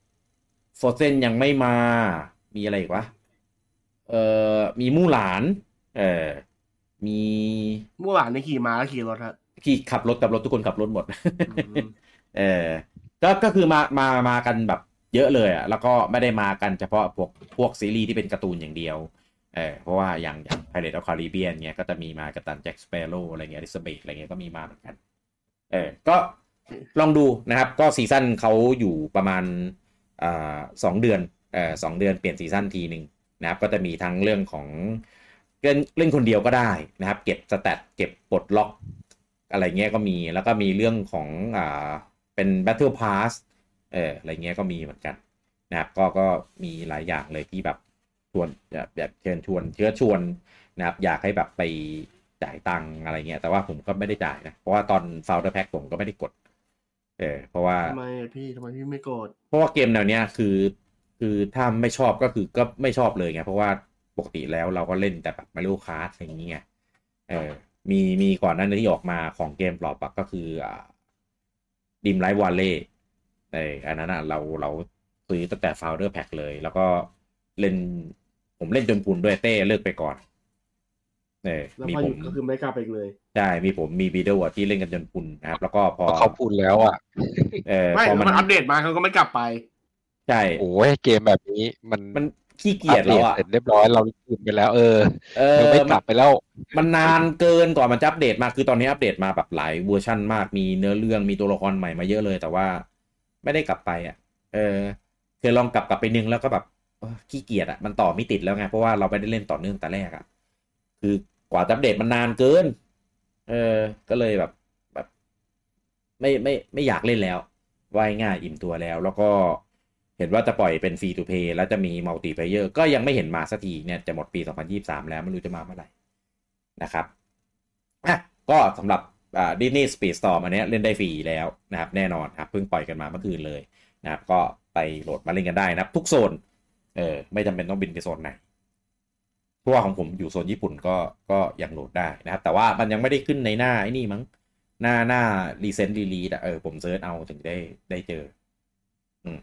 Frozen ยังไม่มามีอะไรอีกวะเอ่อมีมู่หลานเอ่อมีมู่หลานในขี่ม้าขี่รถครับขี่ขับรถกับรถทุกคนขับรถหมดเออก็ก็คือมามามากันแบบเยอะเลยอ่ะแล้วก็ไม่ได้มากันเฉพาะพวกพวกซีรีส์ที่เป็นการ์ตูนอย่างเดียวเออเพราะว่าอย่างอย่าง Pirates of Caribbean เงี้ยก็จะมีมากัปตันแจ็คสเปโร่อะไรเงี้ยอลิซาเบธอะไรเงี้ยก็มีมาเหมือนกันเออก็ลองดูนะครับก็ซีซั่นเขาอยู่ประมาณอ่าสองเดือนเอ่อสองเดือนเปลี่ยนซีซั่นทีหนึ่งนะครับก็จะมีทั้งเรื่องของเล่นเล่นคนเดียวก็ได้นะครับเก็บสแตทเก็บปลดล็อกอะไรเงี้ยก็มีแล้วก็มีเรื่องของอ่าเป็น Battle Pass เอออะไรเงี้ยก็มีเหมือนกันนะครับก็ก็มีหลายอย่างเลยที่แบบชวนแบบเชิญชวนเชื้อชวนนะครับอยากให้แบบไปจ่ายตังค์อะไรเงี้ยแต่ว่าผมก็ไม่ได้จ่ายนะเพราะว่าตอน Founder Pack ผมก็ไม่ได้กดเออเพราะว่าทำไมพี่ทำไมพี่ไม่กดเพราะว่าเกมแนวเนี้ยคือคือถ้าไม่ชอบก็คือก็ไม่ชอบเลยไงเพราะว่าปกติแล้วเราก็เล่นแต่แบบ Mario Kart อะไรอย่างเงี้ยเออมีมีก่อนหน้านี้ที่ออกมาของเกมปลอบก็คืออ่าดิมไลท์วอลเล่ไอ้อันนั้นเราเราซื้อตั้งแต่ Founder Pack เลยแล้วก็เล่นผมเล่นจนพุนด้วยเต้เลิกไปก่อนเออมีผมก็คือไม่กล้าไปเลยใช่มีผมมีวิดีโอที่เล่นกันจนพุนนะครับแล้วก็พอเขาพูดแล้วอ่ะเออไม่พอมันอัปเดตมาเขาก็ไม่กลับไปใช่โอ้ยเกมแบบนี้มันมันขี้เกียจแล้วอ่ะเสร็จเรียบร้อยเราลืมไปแล้วเออเออไม่กลับไปแล้วมันนานเกินก่อนมันจะอัปเดตมาคือตอนนี้อัปเดตมาแบบหลายเวอร์ชั่นมากมีเนื้อเรื่องมีตัวละครใหม่มาเยอะเลยแต่ว่าไม่ได้กลับไปอ่ะเออเคยลองกลับกลับไปนึงแล้วก็แบบขี้เกียจอ่ะมันต่อไม่ติดแล้วไงเพราะว่าเราไม่ได้เล่นต่อเนื่องแต่แรกอ่ะคือกว่าจะอัปเดตมันนานเกินเออก็เลยแบบแบบไม่ไม่ไม่อยากเล่นแล้วว่ายง่ายอิ่มตัวแล้วแล้วก็เห็นว่าจะปล่อยเป็นฟรีทูเพย์แล้วจะมีมัลติเพลเยอร์ก็ยังไม่เห็นมาสักทีเนี่ยจะหมดปีสองพันยี่สิบสามแล้วไม่รู้จะมาเมื่อไหร่นะครับอ่ะก็สำหรับอ่า Disney Speedstorm อันนี้เล่นได้ฟรีแล้วนะครับแน่นอนครับเพิ่งปล่อยกันมาเมื่อคืนเลยนะครับก็ไปโหลดมาเล่นกันได้นะครับทุกโซนเออไม่จำเป็นต้องบินไปโซนไหนเพราะว่าของผมอยู่โซนญี่ปุ่นก็ก็ยังโหลดได้นะครับแต่ว่ามันยังไม่ได้ขึ้นในหน้าไอ้นี่มั้งหน้าหน้า Recent Release อะเออผมเซิร์ชเอาถึงได้ได้เจออืม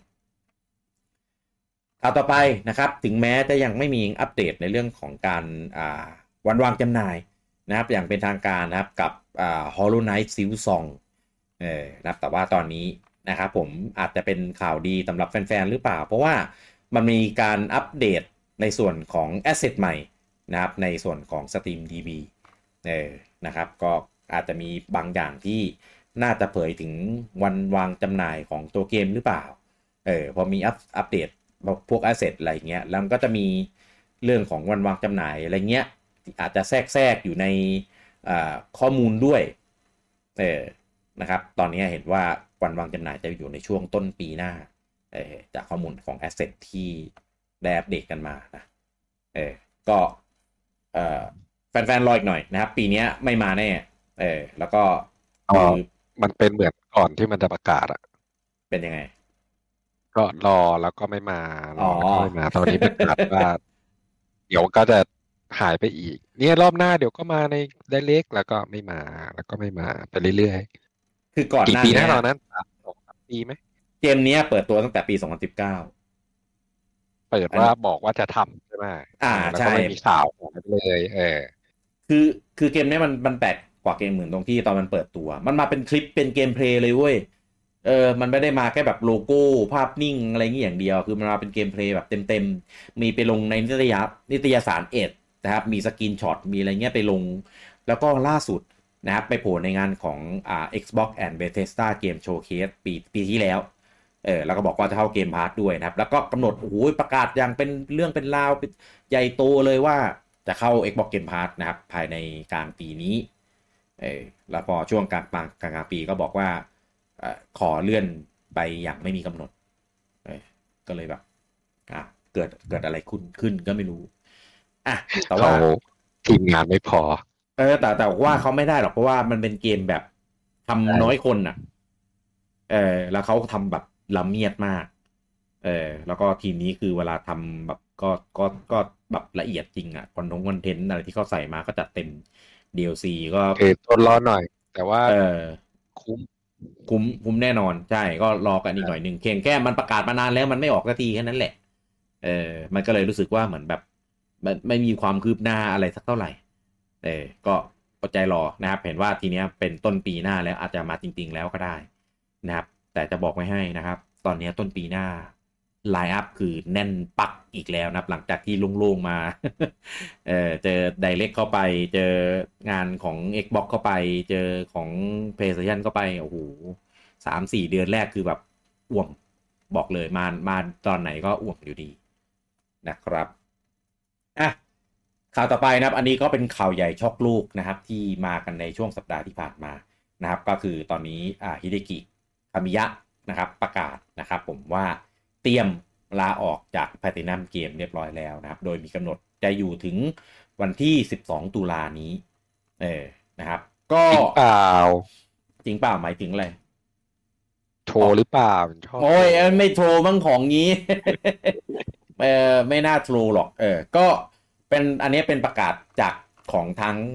เอาต่อไปนะครับถึงแม้จะยังไม่มีอัปเดตในเรื่องของการอ่าวันวางจำหน่ายนะครับอย่างเป็นทางการนะครับกับอ่า Hollow Knight Silksong เออนะครับแต่ว่าตอนนี้นะครับผมอาจจะเป็นข่าวดีสำหรับแฟนๆหรือเปล่าเพราะว่ามันมีการอัปเดตในส่วนของ Asset ใหม่นะครับในส่วนของ Steam ดี บี เออนะครับก็อาจจะมีบางอย่างที่น่าจะเผยถึงวันวางจำหน่ายของตัวเกมหรือเปล่าเออพอมีอัปอัปเดตพวก asset อะไรเงี้ยแล้วก็จะมีเรื่องของวันวางจำหน่ายอะไรเงี้ยอาจจะแทรกแทรกอยู่ในข้อมูลด้วยเออนะครับตอนนี้เห็นว่าวันวางจำหน่ายจะอยู่ในช่วงต้นปีหน้าเออจากข้อมูลของ asset ที่ได้อัปเดตกันมานะเออก็เออแฟนๆรออีกหน่อยนะครับปีนี้ไม่มาแน่เออแล้วก็คือมันเป็นเหมือนก่อนที่มันจะประกาศอะเป็นยังไงก็รอแล้วก็ไม่มารอแล้วก็ไม่มาตอนนี้ประกาศว่าเดี๋ยวก็จะหายไปอีกเนี่ยรอบหน้าเดี๋ยวก็มาในไดเรกแล้วก็ไม่มาแล้วก็ไม่มาไปเรื่อยๆคือก่อนหน้านี้กี่ปีนะตอนนั้นสองสามปีไหมเกมนี้เปิดตัวตั้งแต่ปีสองพันสิบเก้าเปิดว่าบอกว่าจะทำใช่ไหมอ่าใช่แล้วก็ไม่มีข่าวเลยเออคือคือเกมนี้มันมันแปลกกว่าเกมเหมือนตรงที่ตอนมันเปิดตัวมันมาเป็นคลิปเป็นเกมเพลย์เลยเว้ยเออมันไม่ได้มาแค่แบบโลโก้ภาพนิ่งอะไรอย่างเงี้ยอย่างเดียวคือมันมาเป็นเกมเพลย์แบบเต็มๆมีไปลงในนิตยสารนิตยสารเอ็ดนะครับมีสกรีนช็อตมีอะไรเงี้ยไปลงแล้วก็ล่าสุดนะครับไปโผล่ในงานของอ่า Xbox and Bethesda Game Showcase ปีปีที่แล้วเออแล้วก็บอกว่าจะเข้าเกมพาสด้วยนะครับแล้วก็กำหนดโอ้โหประกาศอย่างเป็นเรื่องเป็นราวใหญ่โตเลยว่าจะเข้า Xbox Game Pass นะครับภายในกลางปีนี้เออแล้วพอช่วงกลางกลางกลางปีก็บอกว่าขอเลื่อนไปอย่างไม่มีกำหนดก็เลยแบบอ่ะเกิดเกิดอะไรขึ้นขึ้นก็ไม่รู้อ่ะแต่ว่าทีมงานไม่พอเออแต่แต่ว่าเขาไม่ได้หรอกเพราะว่ามันเป็นเกมแบบทำน้อยคนอ่ะเออแล้วเขาทำแบบละเมียดมากเออแล้วก็ทีมนี้คือเวลาทำแบบก็ก็ก็แบบละเอียดจริงอ่ะคอนทงคอนเทนต์อะไรที่เขาใส่มาก็จัดเต็ม ดี แอล ซี ก็เออทนรอหน่อยแต่ว่าเออคุ้มคุ้มคุ้มแน่นอนใช่ก็รอกันอีกหน่อยหนึ่งเพียงแค่มันประกาศมานานแล้วมันไม่ออกสักทีแค่นั้นแหละเออมันก็เลยรู้สึกว่าเหมือนแบบมันไม่มีความคืบหน้าอะไรสักเท่าไหร่เออก็อดใจรอนะครับเห็นว่าทีเนี้ยเป็นต้นปีหน้าแล้วอาจจะมาจริงๆแล้วก็ได้นะครับแต่จะบอกไว้ให้นะครับตอนนี้ต้นปีหน้าไลน์อัพคือแน่นปักอีกแล้วนะครับหลังจากที่โล่งๆมาเออเจอ Direct เข้าไปเจองานของ Xbox เข้าไปเจอของ PlayStation เข้าไปโอ้โห สามสี่ เดือนแรกคือแบบอ่วมบอกเลยมามาตอนไหนก็อ่วมอยู่ดีนะครับอ่ะข่าวต่อไปนะครับอันนี้ก็เป็นข่าวใหญ่ช็อกลูกนะครับที่มากันในช่วงสัปดาห์ที่ผ่านมานะครับก็คือตอนนี้อ่าฮิเดกิคามิยะนะครับประกาศนะครับผมว่าเตรียมลาออกจาก Platinum Game เรียบร้อยแล้วนะครับโดยมีกำหนดจะอยู่ถึงวันที่สิบสองตุลานี้เออนะครับก็จริงเปล่าจริงเปล่าหมายถึงอะไรโทรหรือเปล่าชอบโอ้ยไม่โทรมั่งของงี้ เออไม่น่าโทรหรอกเออก็เป็นอันนี้เป็นประกาศจากของทั้ง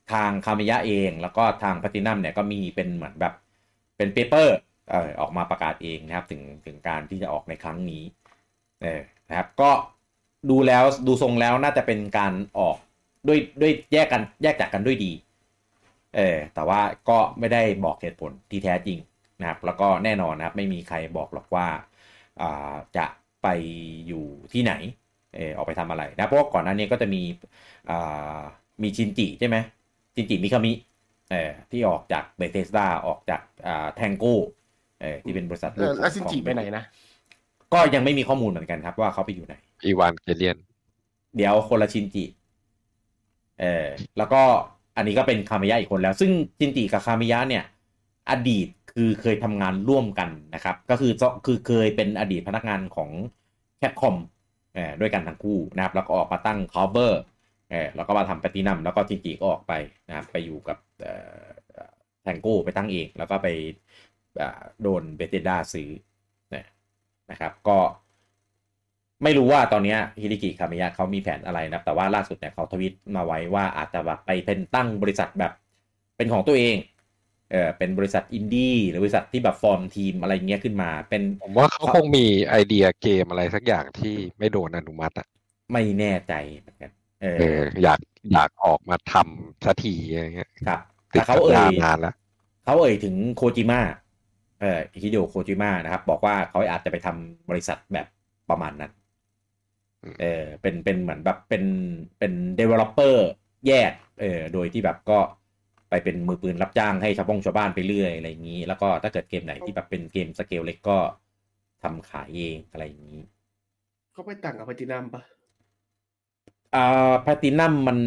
ทางคาเมยะเองแล้วก็ทางแพลตินัมเนี่ยก็มีเป็นเหมือนแบบเป็นเปเปอร์เอ่อออกมาประกาศเองนะครับถึงถึงการที่จะออกในครั้งนี้เออนะครับก็ดูแล้วดูทรงแล้วน่าจะเป็นการออกด้วยด้วยแยกกันแยกจากกันด้วยดีเออแต่ว่าก็ไม่ได้บอกเหตุผลที่แท้จริงนะครับแล้วก็แน่นอนนะครับไม่มีใครบอกหรอกว่าอ่าจะไปอยู่ที่ไหนเออออกไปทำอะไรนะเพราะว่าก่อนหน้านี้ก็จะมีอ่ามีชินจิใช่ไหมชินจิมิคามิเออที่ออกจากเบเธสดาออกจากอ่าแทงโก้เออที่เป็นบริษัทเออแล้วซินจิไปไหนนะก็ยังไม่มีข้อมูลเหมือนกันครับว่าเขาไปอยู่ไหนอีวานเกเลียนเดี๋ยวคนละชินจิเออแล้วก็อันนี้ก็เป็นคาเมยะอีกคนแล้วซึ่งชินจิกับคาเมยะเนี่ยอดีตคือเคยทำงานร่วมกันนะครับก็คือคือเคยเป็นอดีตพนักงานของแคปคอมเออด้วยกันทั้งคู่นะครับแล้วก็ออกมาตั้ง Cover เออแล้วก็มาทำแพลตินัมแล้วก็ชินจิก็ออกไปนะครับไปอยู่กับเอ่อแทงโก้ไปตั้งเองแล้วก็ไปโดนเบเธสดาซื้อนะครับก็ไม่รู้ว่าตอนนี้ฮิริกิคาเมยะเขามีแผนอะไรนะแต่ว่าล่าสุดเนี่ยเขาทวิตมาไว้ว่าอาจจะแบบไปเป็นตั้งบริษัทแบบเป็นของตัวเองเออเป็นบริษัทอินดี้หรือบริษัทที่แบบฟอร์มทีมอะไรเงี้ยขึ้นมาเป็นผมว่าเขาคงมีไอเดียเกมอะไรสักอย่างที่ไม่โดนอนุมัติอ่ะไม่แน่ใจเหมือนกันเออเอออยากอยากออกมาทำสักทีอะไรเงี้ยครับแต่เขาเอ่ยนานแล้วเขาเอ่ยถึงโคจิมะเอ่อฮิเดโอโคจิมะนะครับบอกว่าเขาอาจจะไปทำบริษัทแบบประมาณนั้นเออเป็นเป็นเหมือนแบบเป็นเป็น developer แยกเออโดยที่แบบก็ไปเป็นมือปืนรับจ้างให้ชาวบ้งชาวบ้านไปเรื่อยอะไรอย่างนี้แล้วก็ถ้าเกิดเกมไหนที่แบบเป็นเกมสเกลเล็กก็ทำขายเองอะไรอย่างนี้เขาไปต่างกับแพลตินัมปะอ่าแพลตินัมมัน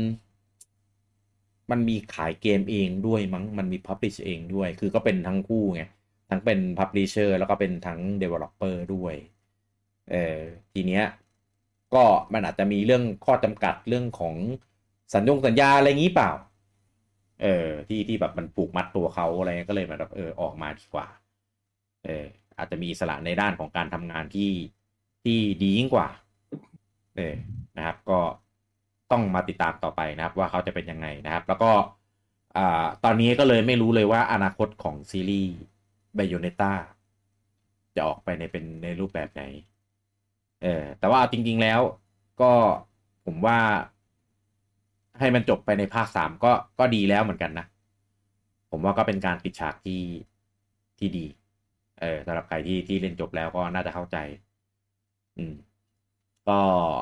มันมีขายเกมเองด้วยมั้งมันมีพับลิชเองด้วยคือก็เป็นทั้งคู่ไงทั้งเป็นพับลิเชอร์แล้วก็เป็นทั้ง developer ด้วยเออทีเนี้ยก็มันอาจจะมีเรื่องข้อจำกัดเรื่องของสัญญงสัญญาอะไรงี้เปล่าเออที่ที่แบบมันผูกมัดตัวเขาอะไรก็เลยมาแบบเออออกมาดีกว่าเอออาจจะมีอิสระในด้านของการทำงานที่ที่ดียิ่งกว่าเออนะครับก็ต้องมาติดตามต่อไปนะครับว่าเขาจะเป็นยังไงนะครับแล้วก็อ่าตอนนี้ก็เลยไม่รู้เลยว่าอนาคตของซีรีส์ Bayonetta จะออกไปในเป็นในรูปแบบไหนเออแต่ว่าจริงๆแล้วก็ผมว่าให้มันจบไปในภาคสามก็ก็ดีแล้วเหมือนกันนะผมว่าก็เป็นการปิดฉากที่ที่ดีเออสำหรับใครที่ที่เล่นจบแล้วก็น่าจะเข้าใจอืมก็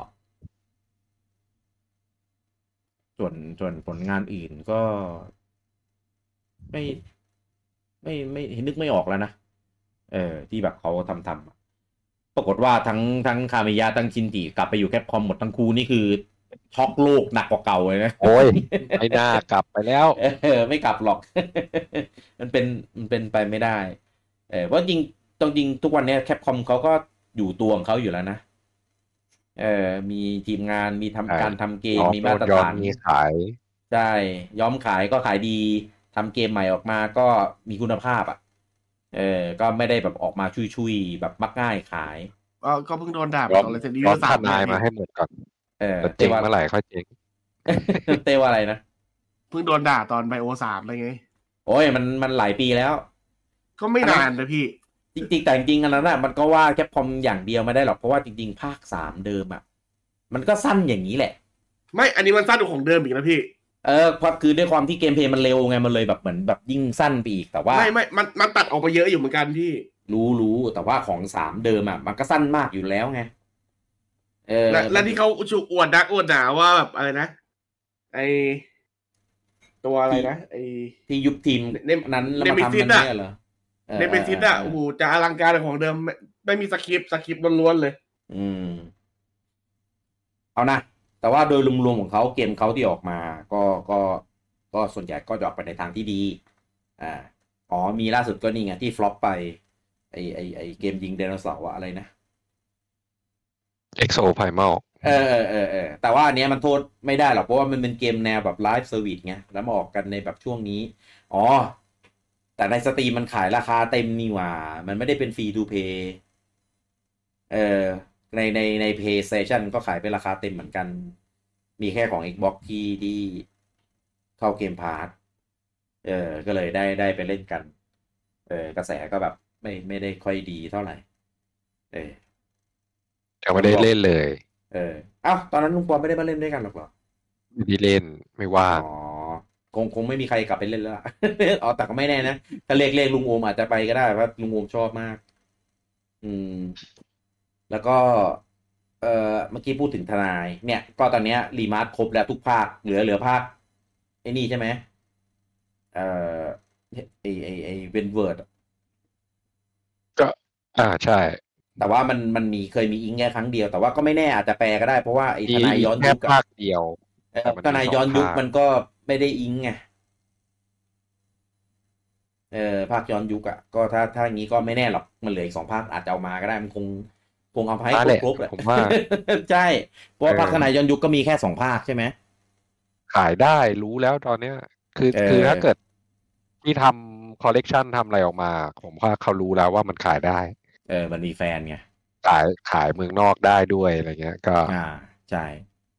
ส่วนส่วนผลงานอื่นก็ไม่ไม่ไม่นึกไม่ออกแล้วนะเออที่แบบเขาทำทำปรากฏว่าทั้งทั้งคาเมยะทั้งชินจิกลับไปอยู่แคปคอมหมดทั้งคู่นี่คือช็อกโลกหนักกว่าเก่าเลยนะโอ้ยไม่น่ากลับไปแล้วเออไม่กลับหรอก มันเป็นมันเป็นไปไม่ได้เออเพราะจริงตรงจริงทุกวันนี้แคปคอมเขาก็อยู่ตัวของเขาอยู่แล้วนะเออมีทีมงานมีทำการทำเกมมีมาตรฐานมีขายใช่ย้อมขายก็ขายดีทำเกมใหม่ออกมาก็มีคุณภาพอ่ะเออก็ไม่ได้แบบออกมาชุยๆแบบมักง่ายขายอ๋อก็เพิ่งโดนด่าไปตอนเลยเซนดีร้อนสามทนายมาให้หมดก่อนเออเจ๊งเมื่อไหร่ค่อยเจ๊งเต้ว่าอะไรนะเพิ่งโดนด่าตอนไบโอสามเลยไงโอ้ยมันมันหลายปีแล้วก็ไม่นานนะพี่จริงๆแต่จริงๆอันนั้นอ่ะมันก็ว่าแคปคอมอย่างเดียวไม่ได้หรอกเพราะว่าจริงๆภาคสามเดิมอ่ะมันก็สั้นอย่างนี้แหละไม่อันนี้มันสั้นกว่าของเดิมอีกนะพี่เออเพราะคือด้วยความที่เกมเพลย์มันเร็วไงมันเลยแบบเหมือนแบบยิ่งสั้นไปอีกแต่ว่าไม่ไม่มันมันตัดออกมาเยอะอยู่เหมือนกันพี่รู้รู้แต่ว่าของสามเดิมอ่ะมันก็สั้นมากอยู่แล้วไงเออและและที่เขาชุกอวดดักอวดหนาว่าแบบอะไรนะไอตัวอะไรนะไอที่ยุบทีมนั้นแล้วมาทำมันเนี่ยเหรอในเบสิสอ่ะโอ้โหจะอลังการของเดิมไม่ไม่มีสคริปต์สคริปต์ล้วนๆเลยอืมเอานะแต่ว่าโดยรวมๆของเขาเกมเขาที่ออกมาก็ก็ก็ส่วนใหญ่ก็จะออกไปในทางที่ดีอ่าอ๋อมีล่าสุดก็นี่ไงที่ฟลอปไปไอไอไอเกมยิงไดโนเสาร์อะไรนะ Exo Primal เออเออเออเออแต่ว่าอันเนี้ยมันโทษไม่ได้หรอกเพราะว่ามันเป็นเกมแนวแบบไลฟ์เซอร์วิสไงแล้วมาออกกันในแบบช่วงนี้อ๋อแต่ในสตรีมมันขายราคาเต็มนี่หว่ามันไม่ได้เป็นฟรีทูเพย์เออในในใน PlayStation ก็ขายเป็นราคาเต็มเหมือนกันมีแค่ของ Xbox ที่ที่เข้าเกมพาสเออก็เลยได้ได้ไปเล่นกันเออกระแสก็แบบไม่ไม่ได้ค่อยดีเท่าไหร่เออยังไม่ได้เล่นเลยเออเอ้าตอนนั้นลุงปอไม่ได้มาเล่นด้วยกันหรอกเหรอไม่ได้เล่นไม่ว่างอ๋อคงคงไม่มีใครกลับไปเล่นแล้ว อ๋อแต่ก็ไม่แน่นะถ้าเรียกเรียกลุงโอมอาจจะไปก็ได้เพราะลุงโอมชอบมากอืมแล้วก็เอ่อเมื่อกี้พูดถึงทนายเนี่ยก็ตอนเนี้ยรีมาสครบแล้วทุกภาคเหลือเหลือภาคไอ้นี่ใช่ไหมเอ่อไอไอไอเวนเวิร์ดก็อ่าใช่แต่ว่ามันมันมีเคยมีอิงแค่ครั้งเดียวแต่ว่าก็ไม่แน่อาจจะแปลก็ได้เพราะว่าไอ้ทมีนายย้อนแค่ยุคอะภาคเดียวเออแต่มันทนายย้อนมีสองภาคยุคมันก็ไม่ได้อิงไงเออภาคย้อนยุคอะก็ถ้าถ้าอย่างนี้ก็ไม่แน่หรอกมันเหลืออีกสองภาคอาจจะเอามาก็ได้มันคงคงเอามาให้นั่นแหละครบๆแหละผมว่าใช่เพราะเอว่าภาคทนายย้ออนยุคก็มีแค่สองภาคใช่ไหมขายได้รู้แล้วตอนเนี้ยคือเอคือถ้าเกิดอที่ทำคอลเลกชันทำอะไรออกมาผมว่าเขารู้แล้วว่ามันขายได้เออมันมีแฟนไงขายขายเมืองนอกได้ด้วยอะไรเงี้ยก็อ่าใช่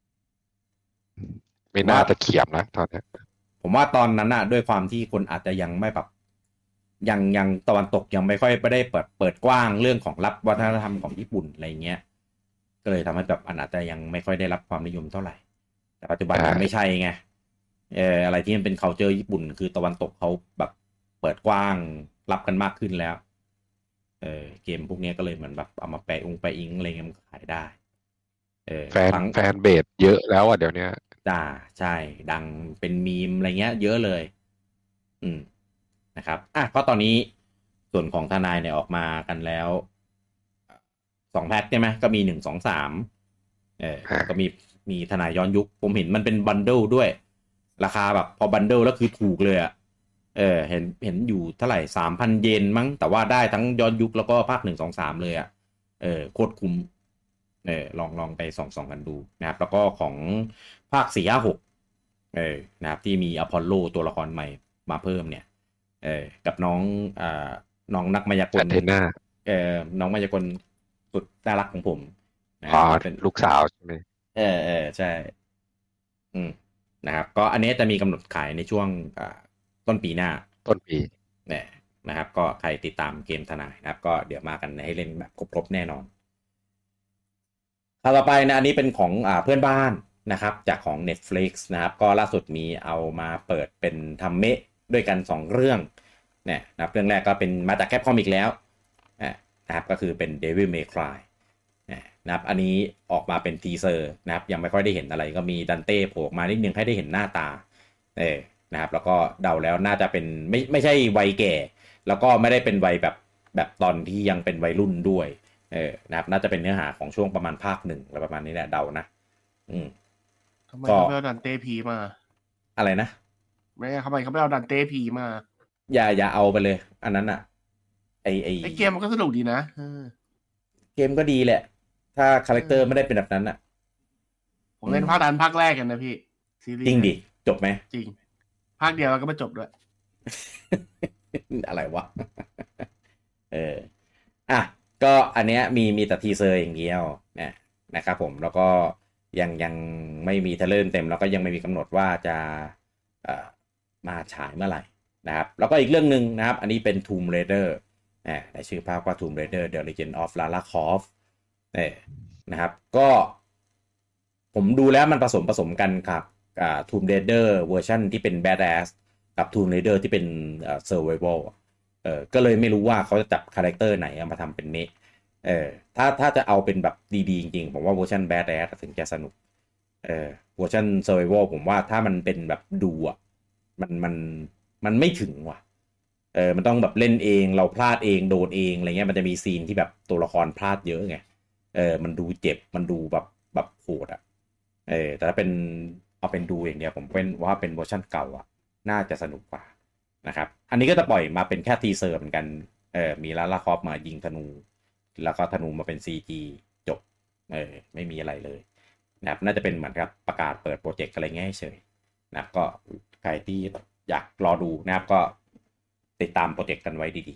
ผไม่มว่าน่าจะเขียมนะตอนเนี้ยผมว่าตอนนั้นน่ะด้วยความที่คนอาจจะยังไม่แบบยังยังตะวันตกยังไม่ค่อยไม่ได้เปิดเปิดกว้างเรื่องของรับวัฒนธรรมของญี่ปุ่นอะไรเงี้ยก็เลยทำให้แบบอันอาจจะยังไม่ค่อยได้รับความนิยมเท่าไหร่แต่ปัจจุบันมันไม่ใช่ใช่ไงเอออะไรที่มันเป็น culture ญี่ปุ่นคือตะวันตกเขาแบบเปิดกว้างรับกันมากขึ้นแล้วเออเกมพวกนี้ก็เลยเหมือนแบบเอามาแปะองแปะอิงอะไรเงี้ยมันขายได้เออแฟนทั้งแฟนเบสเยอะแล้วอ่ะเดี๋ยวเนี้ยจ้าใช่ดังเป็นมีมอะไรเงี้ยเยอะเลยอืมนะครับอ่ะก็ตอนนี้ส่วนของทนายเนี่ยออกมากันแล้วสองแพ็คใช่ไหมก็มีหนึ่งสองสามเออฮะแล้วก็มีมีทนายย้อนยุคผมเห็นมันเป็นบันเดิลด้วยราคาแบบพอบันเดิลแล้วคือถูกเลยอะเออเห็นเห็นอยู่เท่าไหร่สามพันเยนมั้งแต่ว่าได้ทั้งย้อนยุคแล้วก็ภาคหนึ่งสองสามเลยอะเออโคตรคุ้มเออลองลองไปส่องส่องกันดูนะครับแล้วก็ของภาคสี่ห้าหกเออนะครับที่มีอพอลโลตัวละครใหม่มาเพิ่มเนี่ยเออกับน้องอ่าน้องนักมายากลแอนเทนาเออน้องมายากลสุดน่ารักของผมนะคอ๋อรับที่เป็นลูกสาวใช่ไหมเออเออใช่อืมนะครับก็อันนี้จะมีกำหนดขายในช่วงอ่าต้นปีหน้าต้นปีเนี่ยนะครับก็ใครติดตามเกมทนายนะครับก็เดี๋ยวมากันให้เล่นแบบครบๆแน่นอนข่าวต่อไปนะอันนี้เป็นของอ่าเพื่อนบ้านนะครับจากของ Netflix นะครับก็ล่าสุดมีเอามาเปิดเป็นทำเมะด้วยกันสองเรื่องเนี่ยนะครับเรื่องแรกก็เป็นมาจากแคปคอมอีกแล้วนะครับก็คือเป็น Devil May Cry นะครับอันนี้ออกมาเป็นทีเซอร์นะครับยังไม่ค่อยได้เห็นอะไรก็มีดันเต้โผล่มานิดนึงให้ได้เห็นหน้าตาเออนะครับแล้วก็เดาแล้วน่าจะเป็นไม่ไม่ใช่วัยแก่แล้วก็ไม่ได้เป็นวัยแบบแบบตอนที่ยังเป็นวัยรุ่นด้วยเออนะครับน่าจะเป็นเนื้อหาของช่วงประมาณภาคหนึ่งอะไรประมาณนี้แหละเดานะอืมทำไมก็เขาไม่เอาดันเต้พีมาอะไรนะไม่ทำไมเขาไม่เอาดันเต้พีมาอย่าอย่าเอาไปเลยอันนั้นอะไอไอไอเกมมันก็สนุกดีนะเออเกมก็ดีแหละถ้าคาแรคเตอร์ไม่เออได้เป็นแบบนั้นอะผมเล่นภาคนั้นภาคแรกกันนะพี่ซีรีส์เนี่ยจริงดิจบไหมจริงภาคเดียวแล้วก็ไม่จบด้วยอะไรวะ เอออ่ะก็อันเนี้ยมีมีแต่ทีเซอร์อย่างเดียวนะนะครับผมแล้วก็ยังยังไม่มีเทรลเลอร์เต็มแล้วก็ยังไม่มีกำหนดว่าจะเอ่อมาฉายเมื่อไหร่นะครับแล้วก็อีกเรื่องหนึ่งนะครับอันนี้เป็น Tomb Raider นะในชื่อภาพว่า Tomb Raider The Legend of Lara Croft เออนะครับก็ผมดูแล้วมันผสมผสมกันครับอ่า Tomb Raider เวอร์ชันที่เป็น Badass กับ Tomb Raider ที่เป็นเอ่อ Survival เออก็เลยไม่รู้ว่าเขาจะจับคาแรคเตอร์ไหนมาทำเป็นเมะเออถ้าถ้าจะเอาเป็นแบบดีๆจริงๆผมว่าเวอร์ชัน Badass ถึงจะสนุกเออเวอร์ชัน Survival ผมว่าถ้ามันเป็นแบบดูอ่ะมันมันมันไม่ถึงว่ะเออมันต้องแบบเล่นเองเราพลาดเองโดนเองอะไรเงี้ยมันจะมีซีนที่แบบตัวละครพลาดเยอะไงเออมันดูเจ็บมันดูแบบแบบโหดอ่ะเออแต่ถ้าเป็นเอาเป็นดูอย่างเดียวผมเป็นว่าเป็นเวอร์ชันเก่าอ่ะน่าจะสนุกกว่านะครับอันนี้ก็จะปล่อยมาเป็นแค่ทีเซอร์เหมือนกันเออมีลาลาคอฟมายิงธนูแล้วก็ธนูมาเป็น ซี จี จบเออไม่มีอะไรเลยนะครับน่าจะเป็นเหมือนกับประกาศเปิดโปรเจกต์อะไรเงี้ยเฉยนะครับก็ใครที่อยากรอดูนะครับก็ติดตามโปรเจกต์กันไว้ดี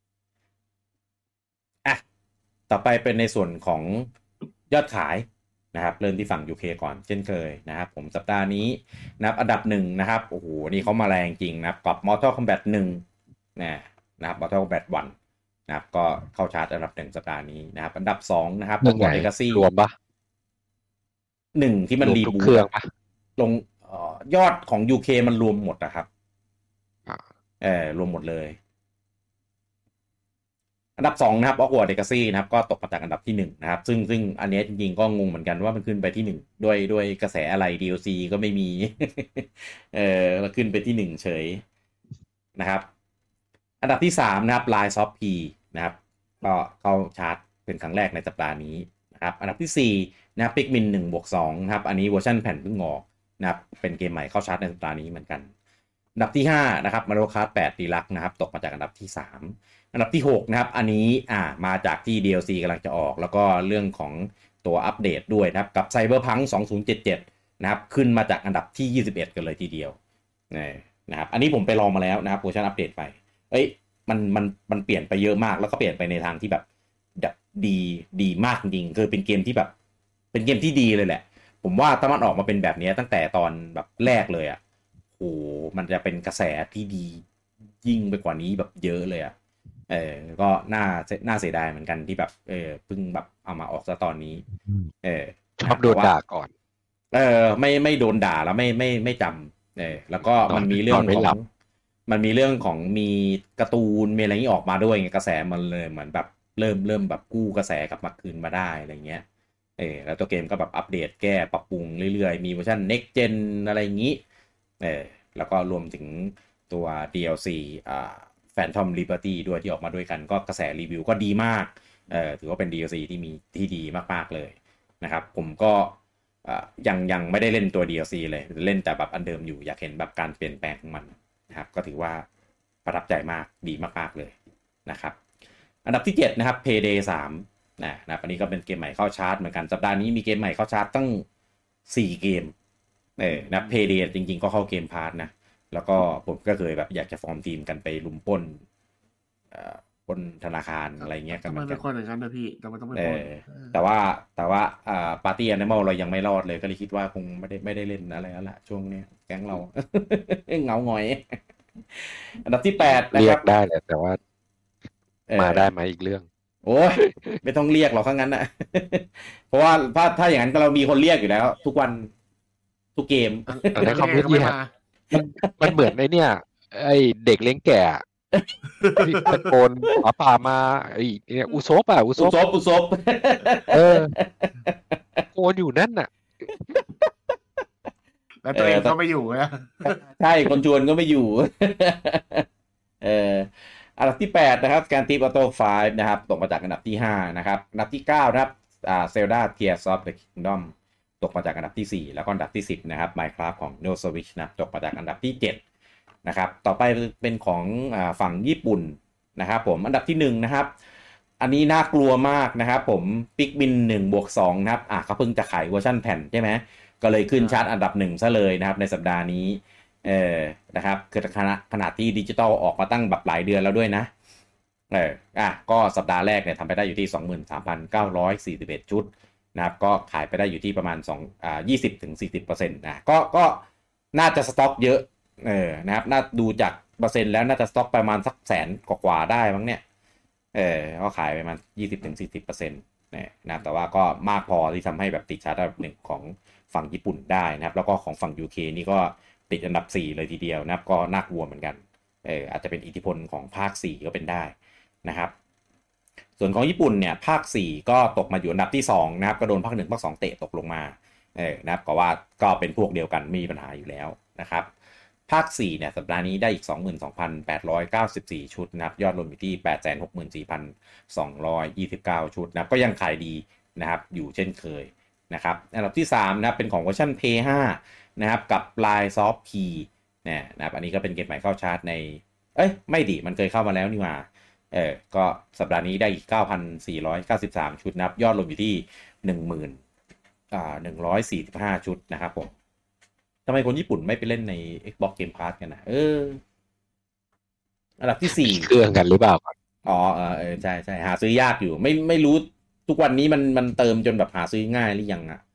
ๆอ่ะต่อไปเป็นในส่วนของยอดขายนะครับเริ่มที่ฝั่ง ยู เค ก่อนเช่นเคยนะครับผมสัปดาห์นี้นะครับอันดับหนึ่งนะครับโอ้โหนี่เขามาแรงจริงนะครับกับ Mortal Kombat หนึ่งนะนะครับ Mortal Kombat หนึ่งนะครับก็เข้าชาร์ตอันดับหนึ่งสัปดาห์นี้นะครับอันดับสองนะครับ Hogwarts Legacy รวมปะหนึ่งที่มันรีบูทลงเอ่อยอดของ ยู เค มันรวมหมดนะครับเออรวมหมดเลยอันดับสองนะครับ Hogwarts Legacy นะครับก็ตกมาจากอันดับที่หนึ่งนะครับซึ่งซึ่งอันนี้จริงๆก็งงเหมือนกันว่ามันขึ้นไปที่หนึ่งด้วยด้วยกระแสอะไร ดี แอล ซี ก็ไม่มี เออแล้วขึ้นไปที่หนึ่งเฉยนะครับอันดับที่สามนะครับ Lies of P นะครับก็เข้าชาร์ตเป็นครั้งแรกในสัปดาห์นี้นะครับอันดับที่สี่นะครับ Pikmin หนึ่งบวกสองนะครับอันนี้เวอร์ชันแผ่นเพิ่งออกนะครับเป็นเกมใหม่เข้าชาร์ตในสัปดาห์นี้เหมือนกันอันดับที่ห้านะครับ Mario Kart แปด Deluxe นะครับตกมาจากอันดับที่สามอันดับที่หกนะครับอันนี้อ่ามาจากที่ ดี แอล ซี กำลังจะออกแล้วก็เรื่องของตัวอัปเดตด้วยนะครับกับ Cyberpunk สองพันเจ็ดสิบเจ็ดนะครับขึ้นมาจากอันดับที่ยี่สิบเอ็ดกันเลยทีเดียวนะครับอันนี้ผมไปลองมาแล้วนะครับเวอร์ชันอัปเดตไปเอ้ยมันมันมันเปลี่ยนไปเยอะมากแล้วก็เปลี่ยนไปในทางที่แบบแบบดีดีมากจริงคือเป็นเกมที่แบบเป็นเกมที่ดีเลยแหละผมว่าถ้ามันออกมาเป็นแบบนี้ตั้งแต่ตอนแบบแรกเลยอ่ะโหมันจะเป็นกระแสที่ดียิ่งไปกว่านี้แบบเยอะเลยอ่ะเออก็น่าน่าเสียดายเหมือนกันที่แบบเออเพิ่งแบบเอามาออกซะตอนนี้เออชอบโดนด่าก่อนเออไม่ไม่โดนด่าแล้วไม่ไม่ไม่จำเออแล้วก็มันมีเรื่องของมันมีเรื่องของมีการ์ตูนมีอะไรนี้ออกมาด้วยไงกระแสมันเลยเหมือนแบบเริ่มเริ่มแบบกู้กระแสกลับมาคืนมาได้อะไรเงี้ยเออแล้วตัวเกมก็แบบอัปเดตแก้ปรับปรุงเรื่อยๆมีเวอร์ชัน next gen อะไรอย่างนี้เออแล้วก็รวมถึงตัว ดี แอล ซี อ่า Phantom Liberty ด้วยที่ออกมาด้วยกันก็กระแสรีวิวก็ดีมากเออถือว่าเป็น ดี แอล ซี ที่มีที่ดีมากๆเลยนะครับผมก็ยังยังไม่ได้เล่นตัว ดี แอล ซี เลยเล่นแต่แบบอันเดิมอยู่อยากเห็นแบบการเปลี่ยนแปลงของมันนะครับก็ถือว่าประทับใจมากดีมากๆเลยนะครับอันดับที่เจ็ดนะครับ Payday สามนะนะอันนี้ก็เป็นเกมใหม่เข้าชาร์ตเหมือนกันสัปดาห์นี้มีเกมใหม่เข้าชาร์ตตั้งสี่เกมเออนะ Payday จริงๆก็เข้าเกมพาร์ทนะแล้วก็ผมก็เคยแบบอยากจะฟอร์มทีมกันไปลุมปล้นเอ่อปล้นธนาคารอะไรเงี้ยกันเหมือนกันเป็นคนเหมือนกันนะพี่แต่มันต้องเป็นคนแต่ว่าแต่ว่าอ่าปาร์ตี้แอนิมอลเรายังไม่รอดเลยก็เลยคิดว่าคงไม่ได้ไม่ได้เล่นอะไรแล้วล่ะช่วงนี้แก๊งเรา เงาหงอยอันดับที่แปดเรียกได้แหละแต่ว่ามาได้ไหมอีกเรื่องโอ้ยไม่ต้องเรียกหรอกทั้งนั้นนะเพราะว่าถ้าถ้าอย่างนั้นเรามีคนเรียกอยู่แล้วทุกวันทุกเกมแต่คอมพิวเตอร์มันมันเหมือนไอ้เนี่ยไอ้เด็กเลี้ยงแก่ที่ตะโกนป่าป่ามาไอ้เนี่ยอุซบอ่ะอุซบอุซบอุซบเออโกนอยู่นั่นน่ะแล้วตัวเองก็ไม่อยู่นะใช่คนชวนก็ไม่อยู่เอออันดับที่แปดนะครับการทีมออโต้ไฟว์นะครับตกมาจากอันดับที่ห้านะครับอันดับที่เก้านะครับอ่า Zelda Tears of the Kingdom ตกมาจากอันดับที่สี่แล้วก็อันดับที่สิบนะครับ Minecraft ของ Neo Switch นะตกมาจากอันดับที่เจ็ดนะครับต่อไปเป็นของอ่าฝั่งญี่ปุ่นนะครับผมอันดับที่หนึ่งนะครับอันนี้น่ากลัวมากนะครับผม Pikmin หนึ่งบวกสองนะครับอ่ะเขาเพิ่งจะขายเวอร์ชันแผ่นใช่ไหมก็เลยขึ้นชาร์ตอันดับหนึ่งซะเลยนะครับในสัปดาห์นี้เออนะครับคือขณะขณะที่ดิจิตอลออกมาตั้งแบบหลายเดือนแล้วด้วยนะเอออ่ะก็สัปดาห์แรกเนี่ยทำไปได้อยู่ที่ สองหมื่นสามพันเก้าร้อยสี่สิบเอ็ด ชุดนะครับก็ขายไปได้อยู่ที่ประมาณสองอ่า ยี่สิบถึงสี่สิบเปอร์เซ็นต์ นะก็ก็น่าจะสต็อกเยอะเออนะครับน่าดูจากเปอร์เซ็นต์แล้วน่าจะสต็อกประมาณสักแสนกว่าๆได้มั้งเนี่ยเออก็ขายไปประมาณ ยี่สิบถึงสี่สิบเปอร์เซ็นต์ เนี่ยนะแต่ว่าก็มากพอที่ทำให้แบบติดชาร์ตอันดับหนึ่งของฝั่งญี่ปุ่นได้นะครับแล้วก็ของฝั่ง ยู เค นี่ก็ติดอันดับสี่เลยทีเดียวนะครับก็น่ากลัวเหมือนกันเอออาจจะเป็นอิทธิพลของภาคสี่ก็เป็นได้นะครับส่วนของญี่ปุ่นเนี่ยภาคสี่ก็ตกมาอยู่อันดับที่สองนะครับก็โดนภาคหนึ่งภาคสองเตะตกลงมาเออนะครับก็ว่าก็เป็นพวกเดียวกันไม่มีปัญหาอยู่แล้วนะครับภาคสี่เนี่ยสัปดาห์นี้ได้อีก สองหมื่นสองพันแปดร้อยเก้าสิบสี่ ชุดนะครับยอดรวมอยู่ที่ แปดแสนหกหมื่นสี่พันสองร้อยยี่สิบเก้า ชุดนะครับก็ยังขายดีนะครับอยู่เช่นเคยนะครับอันดับที่สามนะครับเป็นของเวอร์ชัน พี เอส ห้า นะครับกับ Lies of P เนี่ยนะครับอันนี้ก็เป็นเกมใหม่เข้าชาร์ตในเอ้ยไม่ดิมันเคยเข้ามาแล้วนี่หว่าเออก็สัปดาห์นี้ได้อีก เก้าพันสี่ร้อยเก้าสิบสาม ชุดนะครับยอดรวมอยู่ที่ หนึ่งหมื่น อ่าหนึ่งร้อยสี่สิบห้า ชุดนะครับผมทำไมคนญี่ปุ่นไม่ไปเล่นใน Xbox Game Pass กันนะเอออันดับที่สี่เครื่องกันหรือเปล่าอ๋อเออใช่ๆหาซื้อยากอยู่ไม่ไม่รู้ทุกวันนี้มันมันเติมจนแบบหาซื้อง่ายหรือยังอ่ะ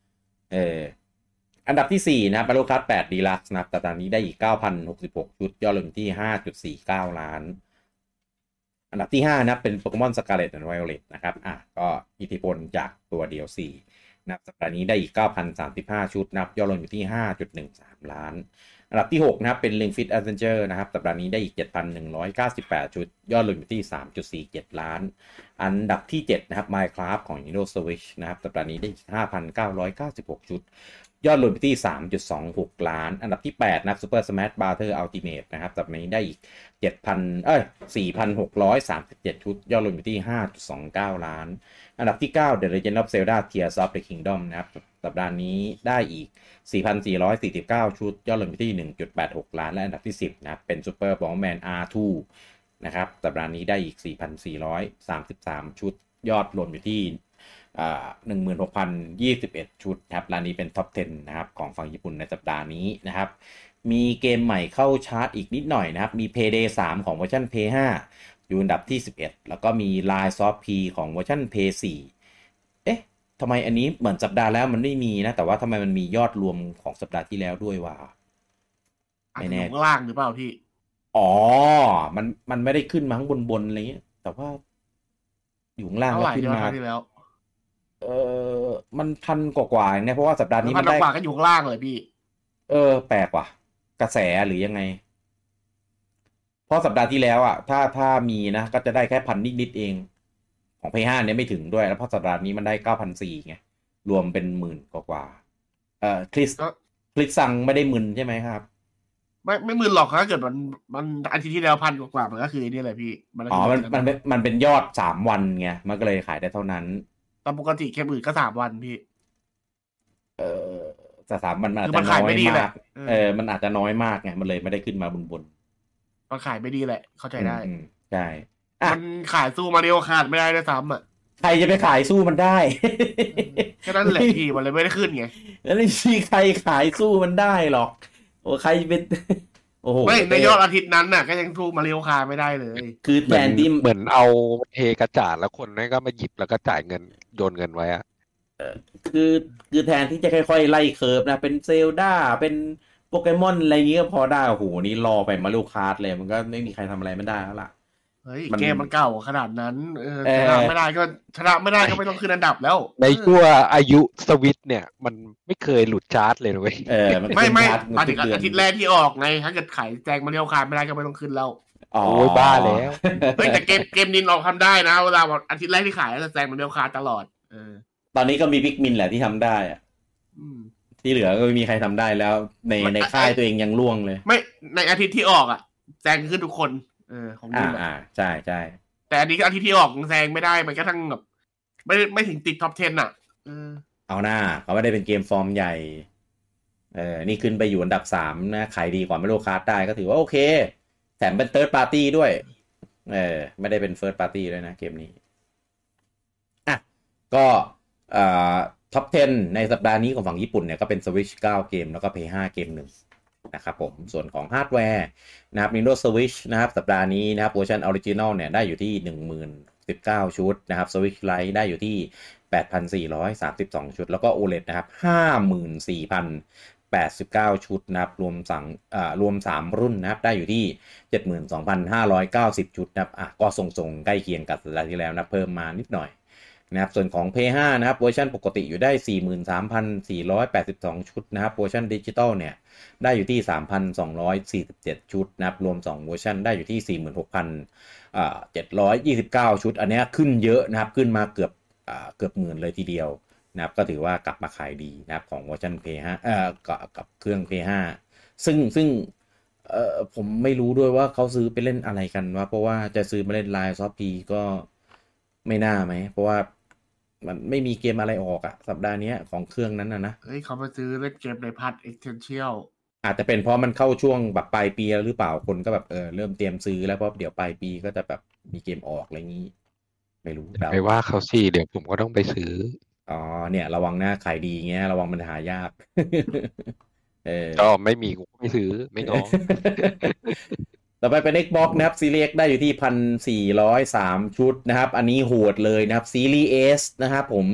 เอออันดับที่สี่นะครับ Mario Kart แปด Deluxe นะครับแต่ตอนนี้ได้อีก เก้าพันหกสิบหก ชุดยอดรวมที่ ห้าจุดสี่เก้า ล้านอันดับที่ห้านะครับเป็น Pokemon Scarlet and Violet นะครับอ่ะก็อิทธิพลจากตัว ดี แอล ซี นะครับสัปดาห์นี้ได้อีก เก้าพันสามสิบห้า ชุดนะครับยอดรวมอยู่ที่ ห้าจุดหนึ่งสาม ล้านอันดับที่หกนะครับเป็น Ring Fit Adventure นะครับสัปดาห์นี้ได้อีก เจ็ดพันหนึ่งร้อยเก้าสิบแปด ชุดยอดรวมอยู่ที่ สามจุดสี่เจ็ด ล้านอันดับที่เจ็ดนะครับ Minecraft ของ Nintendo Switch นะครับสัปดาห์นี้ได้อีก ห้าพันเก้าร้อยเก้าสิบหก ชุดยอดรวมอยู่ที่ สามจุดสองหก ล้านอันดับที่แปดนะครับ Super Smash Bros Ultimate นะครับสัปดาห์นี้ได้อีก เจ็ดพัน เอ้ย สี่พันหกร้อยสามสิบเจ็ด ชุดยอดรวมอยู่ที่ ห้าจุดสองเก้า ล้านอันดับที่เก้า The Legend of Zelda Tears of the Kingdom นะครับสัปดาห์นี้ได้อีก สี่พันสี่ร้อยสี่สิบเก้า ชุดยอดรวมอยู่ที่ หนึ่งจุดแปดหก ล้านและอันดับที่สิบนะครับเป็น Super Bomberman อาร์ ทู นะครับสัปดาห์นี้ได้อีก สี่พันสี่ร้อยสามสิบสาม ชุดยอดรวมอยู่ที่อ่า หนึ่งหมื่นหกพันยี่สิบเอ็ด ชุดครับร้านนี้เป็นท็อปสิบนะครับของฝั่งญี่ปุ่นในสัปดาห์นี้นะครับมีเกมใหม่เข้าชาร์ตอีกนิดหน่อยนะครับมี Payday สามของเวอร์ชัน พี เอส ไฟว์ อยู่อันดับที่สิบเอ็ดแล้วก็มี Lies of P ของเวอร์ชัน พี เอส โฟร์ เอ๊ะทำไมอันนี้เหมือนสัปดาห์แล้วมันไม่มีนะแต่ว่าทำไมมันมียอดรวมของสัปดาห์ที่แล้วด้วยวะไม่แน่ข้างล่างหรือเปล่าพี่อ๋อมันมันไม่ได้ขึ้นมาข้างบนบนอะไรเงี้ยแต่ว่าอยู่ข้างล่างก็ขึ้นมาเออมันพันกว่าๆเนี่ยเพราะว่าสัปดาห์นี้มันได้พันกว่าก็อยู่ข้างล่างเลยพี่เออแปลกว่ะกระแสหรือยังไงเพราะสัปดาห์ที่แล้วอ่ะถ้าถ้ามีนะก็จะได้แค่พันนิดๆเองของ พี เอส ไฟว์ เนี่ยไม่ถึงด้วยแล้วเพราะสัปดาห์นี้มันได้ เก้าพันสี่ร้อย ไงรวมเป็นหมื่นกว่าๆเอ่อคริสคริสซังไม่ได้หมื่นใช่ไหมครับไม่ไม่หมื่นหรอกถ้าเกิดมันมันอาทิตย์ที่แล้วพันกว่าๆมันก็คือนี่แหละพี่อ๋อมันมันมันเป็นยอดสามวันไงมันก็เลยขายได้เท่านั้นตามปกติแค่หมื่นก็สามวันพี่เออแต่สามวันมันอาจจะน้อยมากเออมันอาจจะน้อยมากไงมันเลยไม่ได้ขึ้นมาบนบนมันขายไม่ดีแหละเข้าใจได้ใช่มันขายสู้มาริโอคาร์ดไม่ได้ด้วยซ้ำอ่ะใครจะไปขายสู้มันได้แค่นั้นแหละพี่มันเลยไม่ได้ขึ้นไงแล้วไม่มีใครขายสู้มันได้หรอกโอ้ใครเป็นโอ้โหไม่ในยอดอาทิตย์นั้นน่ะก็ยังสู้มาริโอคาร์ดไม่ได้เลยคือแทนที่เหมือนเอาเทกระจาดแล้วคนนั้นก็มาหยิบแล้วก็จ่ายเงินโยนเงินไว้อะคือคือแทนที่จะค่อยๆไล่เคิร์ฟนะเป็นเซลดาเป็นโปเกมอนอะไรเงี้ยพอได้โอ้โหนี่รอไปมาริโอคาร์ดเลยมันก็ไม่มีใครทำอะไรไม่ได้แล้วล่ะเฮ้ยเกมมันเก่าขนาดนั้นเออชนะไม่ได้ก็ชนะไม่ได้ก็ไม่ต้องขึ้นอันดับแล้วในช่วงอายุสวิตเนี่ยมันไม่เคยหลุดชาร์ตเลยเว้ยเออไม่ไม่อาทิตย์อาทิตย์แรกที่ออกไงถ้าเกิดขายแจงมาริโอคาร์ดไม่ได้ก็ไม่ต้องขึ้นแล้วโอ้ยบ้าแล้วเฮ้ยแต่เกมเกมนินเราทำได้นะเวลาอาทิตย์แรกที่ขายจะแจงมาริโอคาร์ดตลอดเออตอนนี้ก็มีพิกมินแหละที่ทำได้อะที่เหลือก็ไม่มีใครทำได้แล้วในในค่ายตัวเองยังล่วงเลยไม่ในอาทิตย์ที่ออกอ่ะแจงขึ้นทุกคนเออของนินอ่าใช่ใช่แต่อันนี้อาทิตย์ที่ออกแซงไม่ได้มันก็ทั้งแบบไม่ไม่ถึงติดท็อปสิบอ่ะเออเอาหน้าเขาไม่ได้เป็นเกมฟอร์มใหญ่เออนี่ขึ้นไปอยู่อันดับสามนะขายดีกว่าไม่โลคาร์ดได้ก็ถือว่าโอเคแถมเป็นเทิร์ดปาร์ตี้ด้วยเออไม่ได้เป็นเฟิร์สปาร์ตี้ด้วยนะเกมนี้อ่ะก็เอ่อท็อปสิบในสัปดาห์นี้ของฝั่งญี่ปุ่นเนี่ยก็เป็น Switch เก้าเกมแล้วก็ พี เอส ไฟว์ เกมหนึ่งนะครับผมส่วนของฮาร์ดแวร์นะครับ Nintendo Switch นะครับสัปดาห์นี้นะครับเวอร์ชันออริจินอลเนี่ยได้อยู่ที่ หนึ่งหมื่นสิบเก้า ชุดนะครับ Switch Lite ได้อยู่ที่ แปดพันสี่ร้อยสามสิบสอง ชุดแล้วก็ โอ แอล อี ดี นะครับ ห้าหมื่นสี่พันแปดสิบเก้า ชุดนะครับรวมสั่งอ่ารวมสามรุ่นนะครับได้อยู่ที่ เจ็ดหมื่นสองพันห้าร้อยเก้าสิบ ชุดนะครับอ่ะก็ทรงๆใกล้เคียงกับสัปดาห์ที่แล้วนะเพิ่มมานิดหน่อยนะครับส่วนของ พี เอส ไฟว์ นะครับเวอร์ชันปกติอยู่ได้ สี่หมื่นสามพันสี่ร้อยแปดสิบสอง ชุดนะครับเวอร์ชันดิจิตอลเนี่ยได้อยู่ที่ สามพันสองร้อยสี่สิบเจ็ด ชุดนะครับรวมสองเวอร์ชันได้อยู่ที่ สี่หมื่นหกพันเจ็ดร้อยยี่สิบเก้า ชุดอันนี้ขึ้นเยอะนะครับขึ้นมาเกือบอ่าเกือบหมื่นเลยทีเดียวนะครับก็ถือว่ากลับมาขายดีนะครับของเวอร์ชัน พี เอส ไฟว์ เอ่อกับกับเครื่อง พี เอส ไฟว์ ซึ่งซึ่งเอ่อผมไม่รู้ด้วยว่าเขาซื้อไปเล่นอะไรกันวะเพราะว่าจะซื้อมาเล่น Lies of P ก็ไม่น่าไหมเพราะว่ามันไม่มีเกมอะไรออกอะสัปดาห์นี้ของเครื่องนั้นนะนะเฮ้ยเขาไปซื้อเล่นเกมในพาร์ท Essential อาจจะเป็นเพราะมันเข้าช่วงแบบปลายปีแล้วหรือเปล่าคนก็แบบเออเริ่มเตรียมซื้อแล้วเพราะเดี๋ยวปลายปีก็จะแบบมีเกมออกอะไรงี้ไม่รู้ไม่ว่าเขาสิเดี๋ยวผมก็ต้องไปซื้ออ๋อเนี่ยระวังนะขายดีเงี้ยระวังมันหายากเออก็ไม่มีกูไม่ซื้อไม่ง้อต่อไปเป็น Xbox นะครับ Series X ได้อยู่ที่ หนึ่งพันสี่ร้อยสาม ชุดนะครับอันนี้โหดเลยนะครับ Series S นะครับผม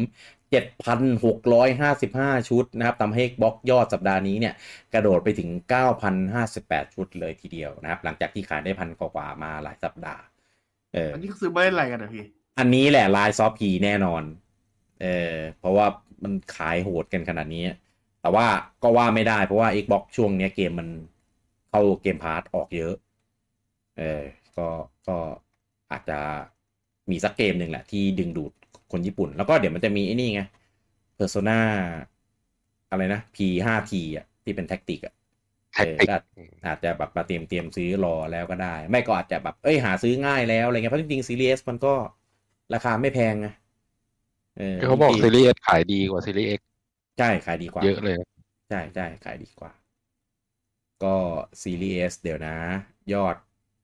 เจ็ดพันหกร้อยห้าสิบห้า ชุดนะครับทำให้ Xbox ยอดสัปดาห์นี้เนี่ยกระโดดไปถึง เก้าพันห้าสิบแปด ชุดเลยทีเดียวนะครับหลังจากที่ขายได้พันกว่าๆมาหลายสัปดาห์เอออันนี้ซื้อไม่ได้อะไรกันนะพี่อันนี้แหละลายซอฟต์พีแน่นอนเออเพราะว่ามันขายโหดกันขนาดนี้แต่ว่าก็ว่าไม่ได้เพราะว่า Xbox ช่วงนี้เกมมันเข้าเกมพาสออกเยอะเออก็ก็อาจจะมีสักเกมหนึ่งแหละที่ดึงดูดคนญี่ปุ่นแล้วก็เดี๋ยวมันจะมีไอ้นี่ไง Persona อะไรนะ พี ไฟว์ ที อ่ะที่เป็นแท็กติกอ่ะเอออาจจะแบบมาเตรียมเตรียมซื้อรอแล้วก็ได้ไม่ก็อาจจะแบบเอ้ยหาซื้อง่ายแล้วอะไรเงี้ยเพราะจริงๆซีรีส์ S มันก็ราคาไม่แพงไงเออเขาบอกซีรีส์ S ขายดีกว่าซีรีส์ X ใช่ขายดีกว่าเยอะเลยใช่ใช่ขายดีกว่าก็ซีรีส์ S เดี๋ยวนะยอด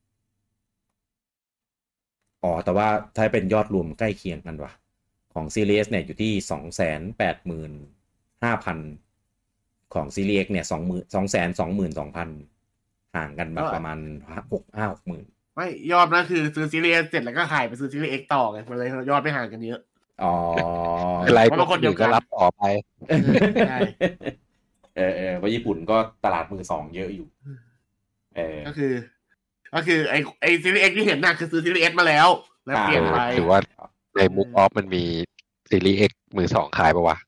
อ๋อแต่ว่าถ้าเป็นยอดรวมใกล้เคียงกันว่ะของซีรีส์ S เนี่ยอยู่ที่ สองแสนแปดหมื่นห้าพัน ของซีรีส์ X เนี่ย สองหมื่น สองแสนสองหมื่นสองพัน ห่างกันแบบประมาณหก ห้า หกหมื่นไม่ยอดนั่นคือซื้อซีรีส์ S เสร็จแล้วก็ขายไปซื้อซีรีส์ X ต่อไงมันเลยยอดไม่ห่างกันเยอะอ๋ออะไรพวกคนอื่นก็รับต่อไปใช่เออเออเพราะญี่ปุ่นก็ตลาดมือสองเยอะอยู่เออก็คือก็คือไอไอซีรีส์ X ที่เห็นน่ะคือซื้อซีรีส์ S มาแล้วแล้วเปลี่ยนไปถือว่าในมุกออฟมันมีซีรีส์ X มือสองขายป่ะวะ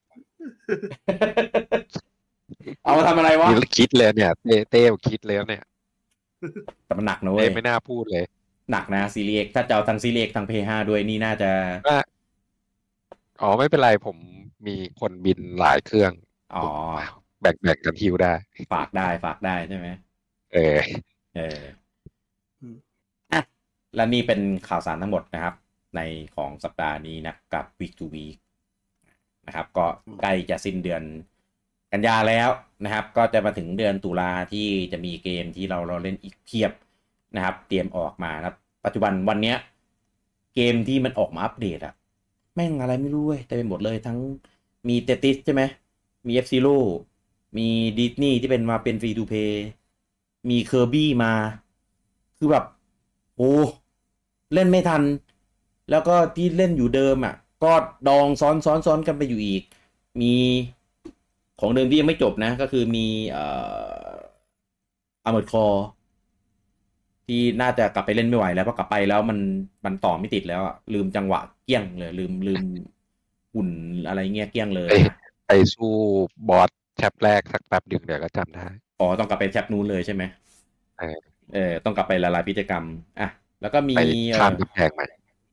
เอามาทำอะไรวะคิดเลยเนี่ยเต้เต้คิดเลยเนี่ยแต่มันหนักนะเว้ยไม่น่าพูดเลยหนักนะซีรีส์ X ถ้าจะเอาทั้งซีรีส์ X ทั้ง พี ไฟว์ ด้วยนี่น่าจะอ๋อไม่เป็นไรผมมีคนบินหลายเครื่องอ๋อแบ่งๆกันฮิวได้ฝากได้ฝากได้ใช่ไหมเออเอออ่ะและนี่เป็นข่าวสารทั้งหมดนะครับในของสัปดาห์นี้นะกับ Week to Week นะครับก็ใกล้จะสิ้นเดือนกันยาแล้วนะครับก็จะมาถึงเดือนตุลาที่จะมีเกมที่เราเราเล่นอีกเพียบนะครับเตรียมออกมานะครับปัจจุบันวันนี้เกมที่มันออกมาอัปเดตอะแม่งอะไรไม่รู้เว้ยแต่เป็นหมดเลยทั้งมีเตติสใช่ไหมมี F-Zero มีดิสนีย์ที่เป็นมาเป็นฟรีทูเพย์มีเคอร์บี้มาคือแบบโอ้เล่นไม่ทันแล้วก็ที่เล่นอยู่เดิมอะก็ดองซ้อนซ้อนซ้อนกันไปอยู่อีกมีของเดิมที่ยังไม่จบนะก็คือมีเอ่อ Armored Core ที่น่าจะกลับไปเล่นไม่ไหวแล้วเพราะกลับไปแล้วมันมันต่อไม่ติดแล้วอ่ะลืมจังหวะเกี้ยงเลยลืมลืมหุ่นอะไรเงี้ยเกี้ยงเลยไปสู้บอสแชปแรกสักแป๊บดึงเดี๋ยวก็จำได้อ๋อต้องกลับไปแชปนู้นเลยใช่ไหมเออเออต้องกลับไปละลายพิจกรรมอ่ะแล้วก็มีข้ามกำแพงใหม่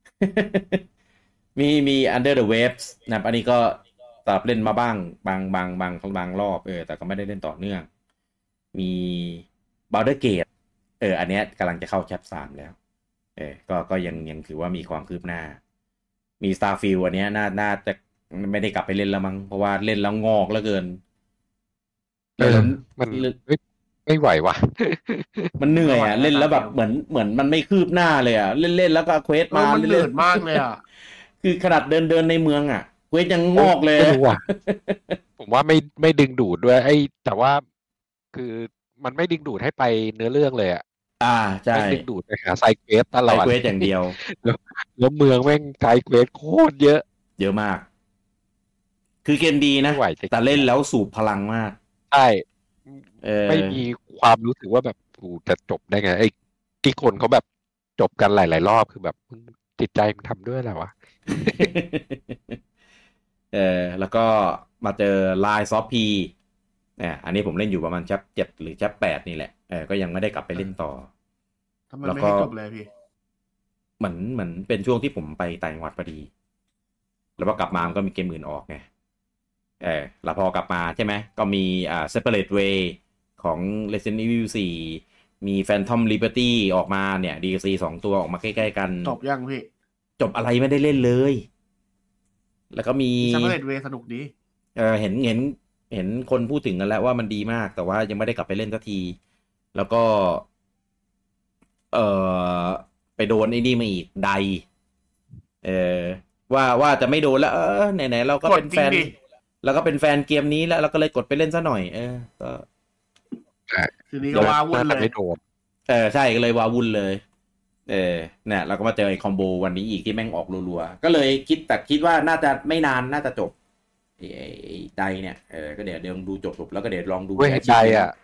มีมี Under the Waves นะอันนี้ก็ตับเล่นมาบ้างบางบางบางบางรอบเออแต่ก็ไม่ได้เล่นต่อเนื่องมี Baldur's Gate เอออันเนี้ยกำลังจะเข้าแชปสามแล้วเออก็ก็ยังยังถือว่ามีความคืบหน้ามี Starfield อันเนี้ยน่าน่าจะไม่ได้กลับไปเล่นแล้วมั้งเพราะว่าเล่นแล้วงอกเหลือเกินเออมันไม่ไม่ไหวว่ะมันเหนื่อยอ่ะเล่นแล้วแบบเหมือนเหมือนมันไม่คืบหน้าเลยอ่ะเล่นเล่นแล้วก็เควสมามันเหนื่อยมากเลยอ่ะคือขนาดเดินเดินในเมืองอ่ะเควสยังงอกเลยผมว่าไม่ไม่ดึงดูดด้วยไอ้แต่ว่าคือมันไม่ดึงดูดให้ไปเนื้อเรื่องเลยอ่ะอ่าใช่ดึงดูดไปหาไซเควสตลอดไซเควสอย่างเดียวแล้วเมืองแม่งไซเควสโคตรเยอะเยอะมากคือเกมดีนะแต่เล่นแล้วสูบพลังมากใช่ไม่มีความรู้สึกว่าแบบกูจะจบได้ไงไอ้ที่คนเขาแบบจบกันหลายๆรอบคือแบบจิตใจมันทำด้วยอะไรวะเออแล้วก็มาเจอไลน์ซอฟพีเนี่ยอันนี้ผมเล่นอยู่ประมาณแชปเจ็ดหรือแชปแปดนี่แหละเออก็ยังไม่ได้กลับไปเล่นต่อทำไมไม่ให้จบเลยพี่เหมือนเหมือนเป็นช่วงที่ผมไปต่างจังหวัดพอดีแล้วพอกลับมามันก็มีเกมอื่นออกไงเออแล้วพอกลับมาใช่ไหมก็มีอ่า Separate Way ของ Resident Evil สี่มี Phantom Liberty ออกมาเนี่ย ดี แอล ซี สองตัวออกมาใกล้ๆกันจบยังพี่จบอะไรไม่ได้เล่นเลยแล้วก็มี Separate Way สนุกดีเออเห็นเห็นเห็นคนพูดถึงกันแล้วว่ามันดีมากแต่ว่ายังไม่ได้กลับไปเล่นสักทีแล้วก็เออไปโดนไอ้นี่มาอีกไดเออว่าว่าจะไม่โดนแล้วเออไหนๆเราก็เป็นแฟนแล้วก็เป็นแฟนเกมนี้แล้วเราก็เลยกดไปเล่นซะหน่อยเออก็ทีนี้ก็ว้าวุ่นเลยเออใช่ก็เลยว้าวุ่นเลยเออเนี่ยเราก็มาเจอไอ้คอมโบวันนี้อีกที่แม่งออกรัวๆก็เลยคิดแต่คิดว่าน่าจะไม่นานน่าจะจบไอ้ไอ้ไอ้ไดเนี่ยเออก็เดี๋ยวเดี๋ยวดูจบๆแล้วก็เดี๋ยวลองดูเว้ยไดอ่ะ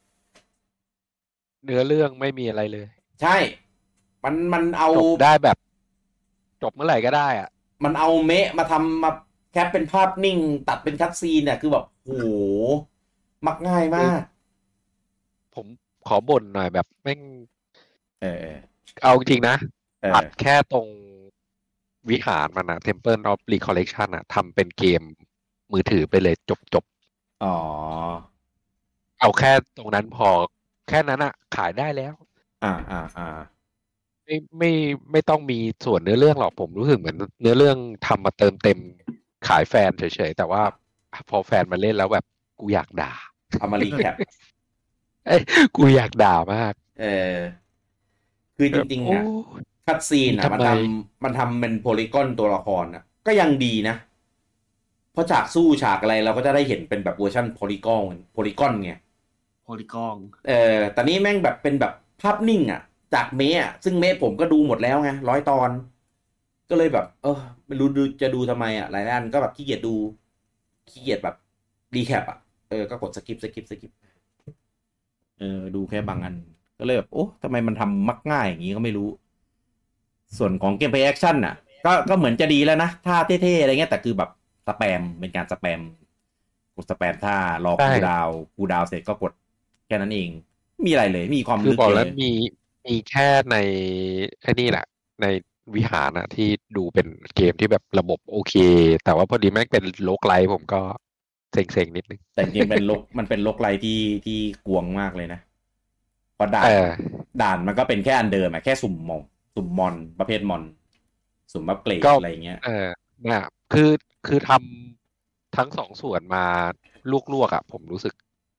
เนื้อเรื่องไม่มีอะไรเลยใช่มันมันเอาจบได้แบบจบเมื่อไหร่ก็ได้อ่ะมันเอาเมะมาทำมาแคปเป็นภาพนิ่งตัดเป็นคัตซีนเนี่ยคือแบบโอ้โหมักง่ายมากผมขอบ่นหน่อยแบบแม่งเออเอาจริงนะตัดแค่ตรงวิหารมันนะ Temple of Recollection อะทำเป็นเกมมือถือไปเลยจบจบอ๋อเอาแค่ตรงนั้นพอแค่นั้นอะขายได้แล้วอ่าอ่าอ่าไม่ไม่ไม่ต้องมีส่วนเนื้อเรื่องหรอกผมรู้สึกเหมือนเนื้อเรื่องทำมาเติมเต็มขายแฟนเฉยๆแต่ว่าพอแฟนมาเล่นแล้วแบบกูอยากด่าเอามารีแคปเอ้ยกูอยากด่ามากเออคือจริงๆอ่ะคัตซีนอ่ะมันทำมันทำเป็นโพลีกอนตัวละครอ่ะก็ยังดีนะเพราะฉากสู้ฉากอะไรเราก็จะได้เห็นเป็นแบบเวอร์ชันโพลีกอนโพลีกอนไงโพลีกอนเออแต่นี้แม่งแบบเป็นแบบภาพนิ่งอ่ะจากเมะซึ่งเมะผมก็ดูหมดแล้วไงร้อยตอนก็เลยแบบเออไม่รู้จะดูทำไมอ่ะหลายอันก็แบบขี้เกียจดูขี้เกียจแบบรีแคปอ่ะเออก็กดสกิปสกิปสกิปเออดูแค่บางอันก็เลยแบบโอ้ทำไมมันทำมักง่ายอย่างนี้ก็ไม่รู้ส่วนของเกมเพลย์แอคชั่นอ่ะก็ก็เหมือนจะดีแล้วนะท่าเท่ๆอะไรเงี้ยแต่คือแบบสแปมเป็นการสแปมกดสแปมท่ารอคูดาวคูดาวเสร็จก็กดแค่นั้นเองมีอะไรเลยมีความลึกเลยแล้วมีมีแค่ในไอ้นี่แหละในวิหารนะที่ดูเป็นเกมที่แบบระบบโอเคแต่ว่าพอดีแม่งเป็นโลกไลท์ผมก็เซ็งๆนิดนึงแต่จริงเป็นโลกมันเป็นโลกไลท์ที่ที่กวงมากเลยนะพอด่านด่านมันก็เป็นแค่อันเดิมอะแค่สุ่มมองสุ่มมอนประเภทมอนสุ่มบัฟเกรดอะไรเงี้ยเออเนี่ยคือคือทำทั้งสองส่วนมาลวกๆอ่ะผมรู้สึก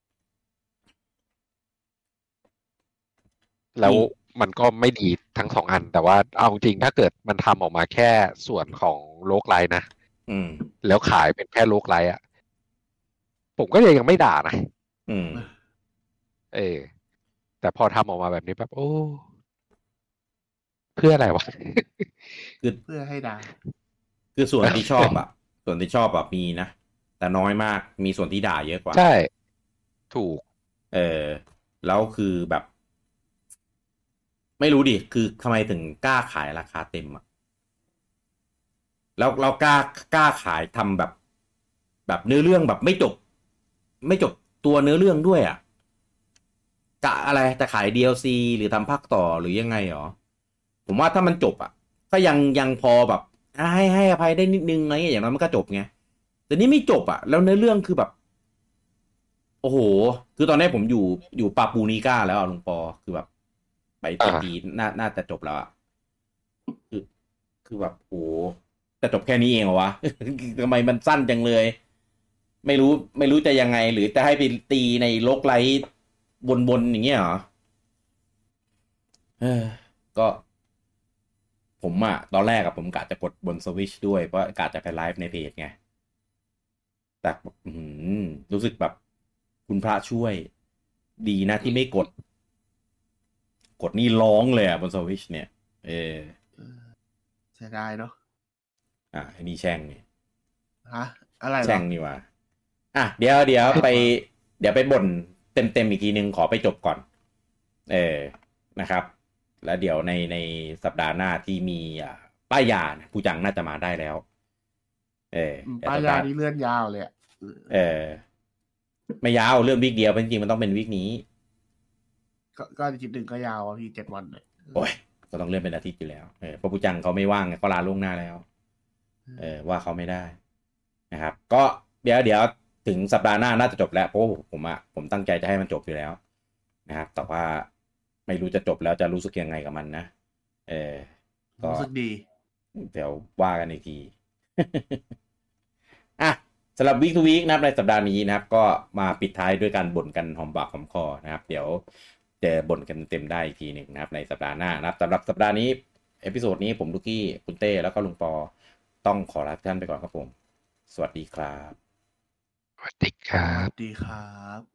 แล้วมันก็ไม่ดีทั้งสองอันแต่ว่าเอาจริงถ้าเกิดมันทำออกมาแค่ส่วนของโลกไลท์นะอืมแล้วขายเป็นแค่โลกไลท์อ่ะผมก็ยังไม่ด่านะอืมเออแต่พอทำออกมาแบบนี้แบบโอ้เพื่ออะไรวะคือเพื่อให้ด่าคือส่วนที่ชอบอ่ะส่วนที่ชอบแบบมีนะแต่น้อยมากมีส่วนที่ด่าเยอะกว่าใช่ถูกเออแล้วคือแบบ ไม่รู้ดิคือทำไมถึงกล้าขายราคาเต็มอ่ะแล้วเรากล้ากล้าขายทำแบบ แบบเนื้อเรื่องแบบไม่จบ ไม่จบตัวเนื้อเรื่องด้วยอ่ะกะอะไรแต่ขาย ดี แอล ซี หรือทำภาคต่อหรือยังไงหรอผมว่าถ้ามันจบอ่ะก็ยังยังพอแบบให้ให้อภัยได้นิดนึงอะไรอย่างนั้นมันก็จบไงแต่นี่ไม่จบอ่ะแล้วเนื้อเรื่องคือแบบโอ้โหคือตอนนี้ผมอยู่อยู่ปาปูนิก้าแล้วอ่ะลุงปอคือแบบไปไปตีน่าน่าจะจบแล้วอ่ะคือคือแบบโอ้แต่จบแค่นี้เองเหรอวะ ทำไมมันสั้นจังเลยไม่รู้ไม่รู้จะยังไงหรือจะให้ไปตีในโลกไลท์บนๆอย่างเงี้ยเหรอเออก็ผมอะตอนแรกอะผมกะจะกดบนสวิชด้วยเพราะกะจะไปไลฟ์ในเพจไงแต่อืมรู้สึกแบบคุณพระช่วยดีนะที่ไม่กดกดนี่ร้องเลยอะบนสวิชเนี่ยเออเสียดายเนาะอ่ะไอ้นี่แช่งนี่ฮะอะไรแช่งนี่วะอ่ะเดี๋ยวเดี๋ยวไปเดี๋ยวไปบ่นเต็มเต็มอีกทีนึงขอไปจบก่อนเออนะครับแล้วเดี๋ยวในในสัปดาห์หน้าที่มีอ่าป้ายยาผู้จังน่าจะมาได้แล้วเออป้ายยานี่เลื่อนยาวเลยเออไม่ยาวเรื่องวิกเดียวจริงๆมันต้องเป็นวิกนี้ก็ก็อาทิตย์หนึ่งก็ยาวพี่เจ็ดวันเลยโอ้ยก็ต้องเลื่อนเป็นอาทิตย์อยู่แล้วเออเพราะผู้จังเขาไม่ว่างเขาลาล่วงหน้าแล้วเออว่าเขาไม่ได้นะครับก็เดี๋ยวเดี๋ยวถึงสัปดาห์หน้าน่าจะจบแล้วเพราะผมอะผมตั้งใจจะให้มันจบอยู่แล้วนะครับแต่ว่าไม่รู้จะจบแล้วจะรู้สึกยังไงกับมันนะเออก็รู้สึกดีเดี๋ยวว่ากันอีกทีอ่ะสำหรับวีคทูวีคนะครับในสัปดาห์นี้นะครับก็มาปิดท้ายด้วยการบ่นกันหอมปากหอมคอนะครับเดี๋ยวจะบ่นกันเต็มได้อีกทีหนึ่งนะครับในสัปดาห์หน้านะครับสำหรับสัปดาห์นี้เอพิโซดนี้ผมลูกี้คุณเต้แล้วก็ลุงปอต้องขอลาท่านไปก่อนครับผมสวัสดีครับสวัสดีครับสวัสดีครับ